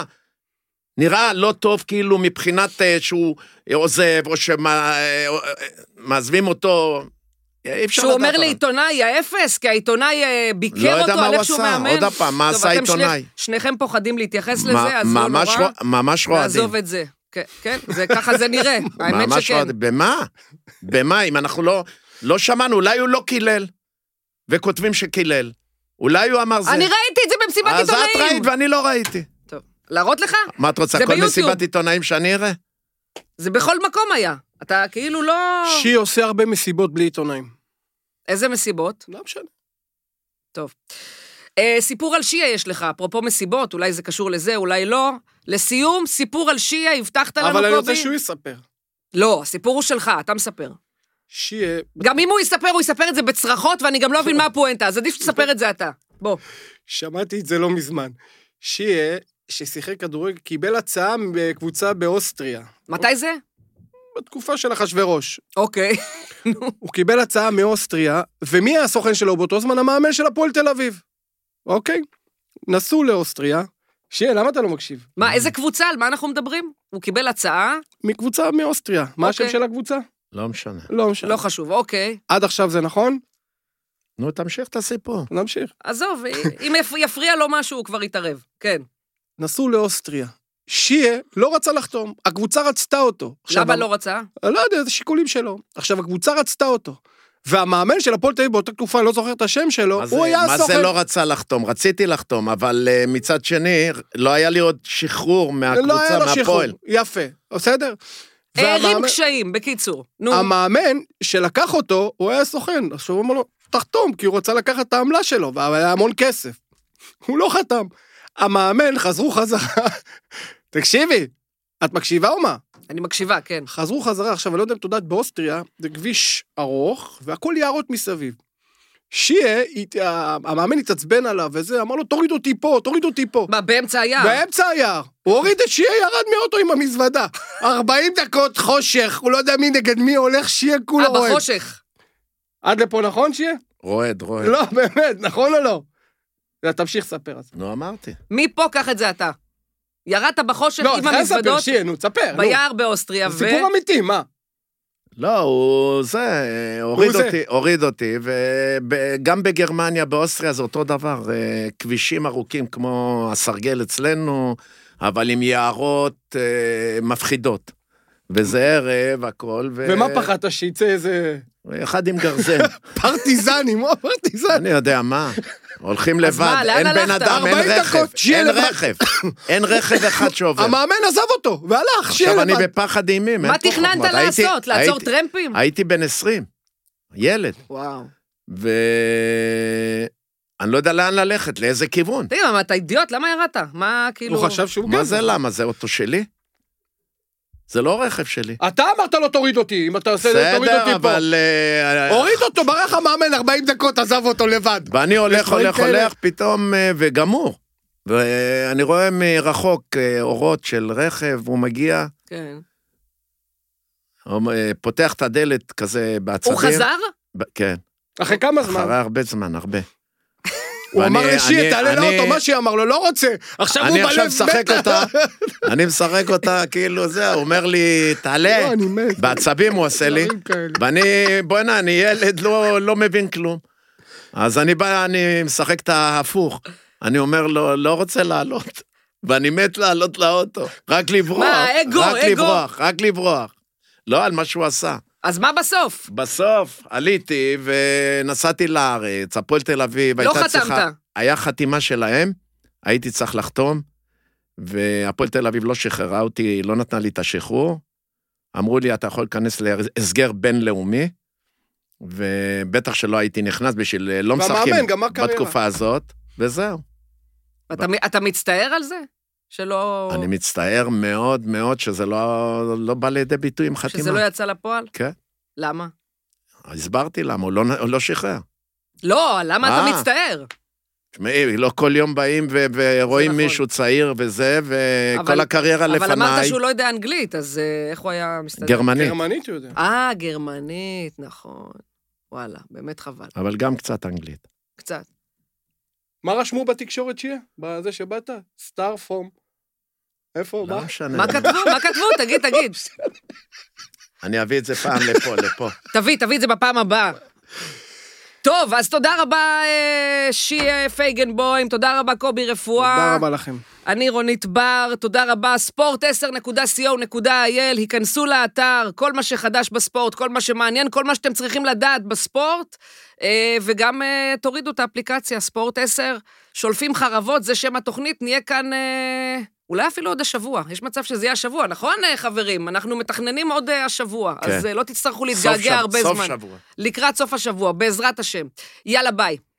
נראה לא טוב, כאילו מבחינת שהוא עוזב, או שמעזבים אותו, שהוא אומר לעיתונאי, האפס, כי העיתונאי ביקר אותו על איך שהוא מאמן. עוד הפעם, מה עשה עיתונאי? שניכם פוחדים להתייחס לזה, אז לא נורא. ממש רועדים. לעזוב את זה. כן, ככה זה נראה, האמת שכן. במה? אם אנחנו לא שמענו, אולי הוא לא קילל, וכותבים שקילל. אולי הוא אמר זה. אני ראיתי את זה במסיבת עיתונאים. אז את ראית ואני לא ראיתי. טוב, להראות לך? מה את רוצה, כל מסיבת עיתונאים שאני אראה? זה בכל מקום היה. אתה כאילו לא... שי עושה הרבה מסיבות בלי עיתונאים. איזה מסיבות? לא משנה. טוב. סיפור על שיה יש לך, אפרופו מסיבות, אולי זה קשור לזה, אולי לא. לסיום, סיפור על שיה, הבטחת לנו קובי. אבל אני רוצה שהוא יספר. לא, הסיפור הוא שלך, אתה מספר. שיה... גם אם הוא יספר את זה בצרחות, ואני גם לא מבין מה הפואנטה, אז עדיף שתספר את זה אתה. בוא. שמעתי את זה לא מזמן. שיה, ששיחק כדורגל, קיבל הצעה בקבוצה באוסטריה. מתי זה? בתקופה של אחשוורוש. אוקיי. הוא קיבל הצעה מאוסטריה, ומי הסוכן שלו באותו זמן? המאמן של הפועל תל אביב. אוקיי? נסעו לאוסטריה. שיה, למה אתה לא מקשיב? מה, איזה קבוצה? על מה אנחנו מדברים? הוא קיבל הצעה? מקבוצה מאוסטריה. מה השם של הקבוצה? לא משנה. לא חשוב, אוקיי. עד עכשיו זה נכון? נו, תמשיך את הסיפור. נמשיך. עזוב, אם יפריע לו משהו, הוא כבר יתערב. כן. נסעו לאוסטריה. שיה לא רצה לחתום. הקבוצה רצתה אותו. למה לא רצה? לא יודע, זה שיקולים שלו. עכשיו, הקבוצה רצתה אותו. והמאמן של הפועל תל אביב באותה תקופה, אני לא זוכר את השם שלו, הוא היה סוכן. מה זה לא רצה לחתום? רציתי לחתום, אבל מצד שני, לא היה לי עוד שחרור מהקבוצה, מהפועל. יפה, בסדר? הערים קשיים, בקיצור. המאמן שלקח אותו, הוא היה סוכן. עכשיו הוא אמר לו, תחתום, כי הוא רצה לקחת את העמלה שלו, והיה המון כסף. הוא לא חתם. המאמן חזרו חזרה. תקשיבי, את מקשיבה או מה? אני מקשיבה, כן. חזרו חזרה, עכשיו, אני לא יודע אם תודעת, באוסטריה, זה כביש ארוך, והכל יערות מסביב. שיה, המאמן התעצבן עליו, וזה, אמר לו, תוריד אותי פה. מה, באמצע היער? באמצע היער. הוא הוריד את שיה, ירד מאוטו עם המזוודה. 40 דקות חושך, הוא לא יודע מי נגד מי הולך, שיה כולו רועד. בחושך. עד לפה נכון, שיה? רועד. לא, באמת, נכון או לא? תמשיך לספר אז. נו, אמרתי. מפה קח את זה אתה. ירדת בחושך עם המזוודות. לא, שיה, נו, תספר. ביער באוסטריה. זה סיפור אמיתי, מה? לא, הוריד אותי, וגם בגרמניה, באוסטריה, זה אותו דבר, כבישים ארוכים כמו הסרגל אצלנו, אבל עם יערות מפחידות. וזה ערב, הכל. ומה פחדת שיצא איזה... אחד עם גרזן. פרטיזנים, מה פרטיזן? אני יודע מה. הולכים לבד, אין בן אדם, אין רכב אחד שעובר. המאמן עזב אותו, והלך, עכשיו אני בפחד אימים. מה תכננת לעשות? לעצור טרמפים? הייתי בן 20, ילד. וואו. אני לא יודע לאן ללכת, לאיזה כיוון. תגיד, מה, אתה אידיוט? למה ירדת? מה, כאילו... הוא חשב שהוא גזר. מה זה למה? זה אוטו שלי? זה לא רכב שלי. אתה אמרת לו תוריד אותי, אם אתה עושה תוריד אותי פה. בסדר, אבל... הוריד אותו, ברח המאמן 40 דקות, עזב אותו לבד. ואני הולך, פתאום וגמור. ואני רואה מרחוק אורות של רכב, הוא מגיע. כן. פותח את הדלת כזה בעצבים. הוא חזר? כן. אחרי כמה זמן? אחרי הרבה זמן, הרבה. הוא אמר לשי, תעלה לאוטו, מה שהיא אמר לו, לא רוצה. עכשיו הוא בלב אני עכשיו משחק אותה, אני משחק אותה, כאילו זה, הוא אומר לי, תעלה. בעצבים הוא עושה לי. ואני, בוא'נה, אני ילד, לא מבין כלום. אז אני בא, אני משחק את ההפוך. אני אומר לו, לא רוצה לעלות. ואני מת לעלות לאוטו. רק לברוח. מה, אגו? רק לברוח. לא על מה שהוא עשה. אז מה בסוף? בסוף עליתי ונסעתי לארץ, הפועל תל אביב. לא חתמת. היה חתימה שלהם, הייתי צריך לחתום, והפועל תל אביב לא שחררה אותי, לא נתנה לי את השחרור. אמרו לי, אתה יכול להיכנס להסגר בינלאומי, ובטח שלא הייתי נכנס בשביל לא משחקים בתקופה הזאת, וזהו. אתה מצטער על זה? שלא... אני מצטער מאוד מאוד שזה לא בא לידי ביטוי עם חתימה. שזה לא יצא לפועל? כן. למה? הסברתי למה, הוא לא שחרר. לא, למה אתה מצטער? תשמעי, לא כל יום באים ורואים מישהו צעיר וזה, וכל הקריירה לפניי. אבל אמרת שהוא לא יודע אנגלית, אז איך הוא היה מסתדר? גרמנית. גרמנית הוא יודע. גרמנית, נכון. וואלה, באמת חבל. אבל גם קצת אנגלית. קצת. מה רשמו בתקשורת שיהיה? בזה שבאת? סטאר פורם. איפה? לא משנה. מה כתבו? תגיד. אני אביא את זה פעם לפה. תביא את זה בפעם הבאה. טוב, אז תודה רבה שי פייגנבוים, תודה רבה קובי רפואה. תודה רבה לכם. אני רונית בר, תודה רבה, sport10.co.il, היכנסו לאתר, כל מה שחדש בספורט, כל מה שמעניין, כל מה שאתם צריכים לדעת בספורט, וגם תורידו את האפליקציה, ספורט 10, שולפים חרבות, זה שם התוכנית, נהיה כאן אולי אפילו עוד השבוע, יש מצב שזה יהיה השבוע, נכון חברים? אנחנו מתכננים עוד השבוע, אז לא תצטרכו להתגעגע הרבה זמן. סוף שבוע. לקראת סוף השבוע, בעזרת השם. יאללה ביי.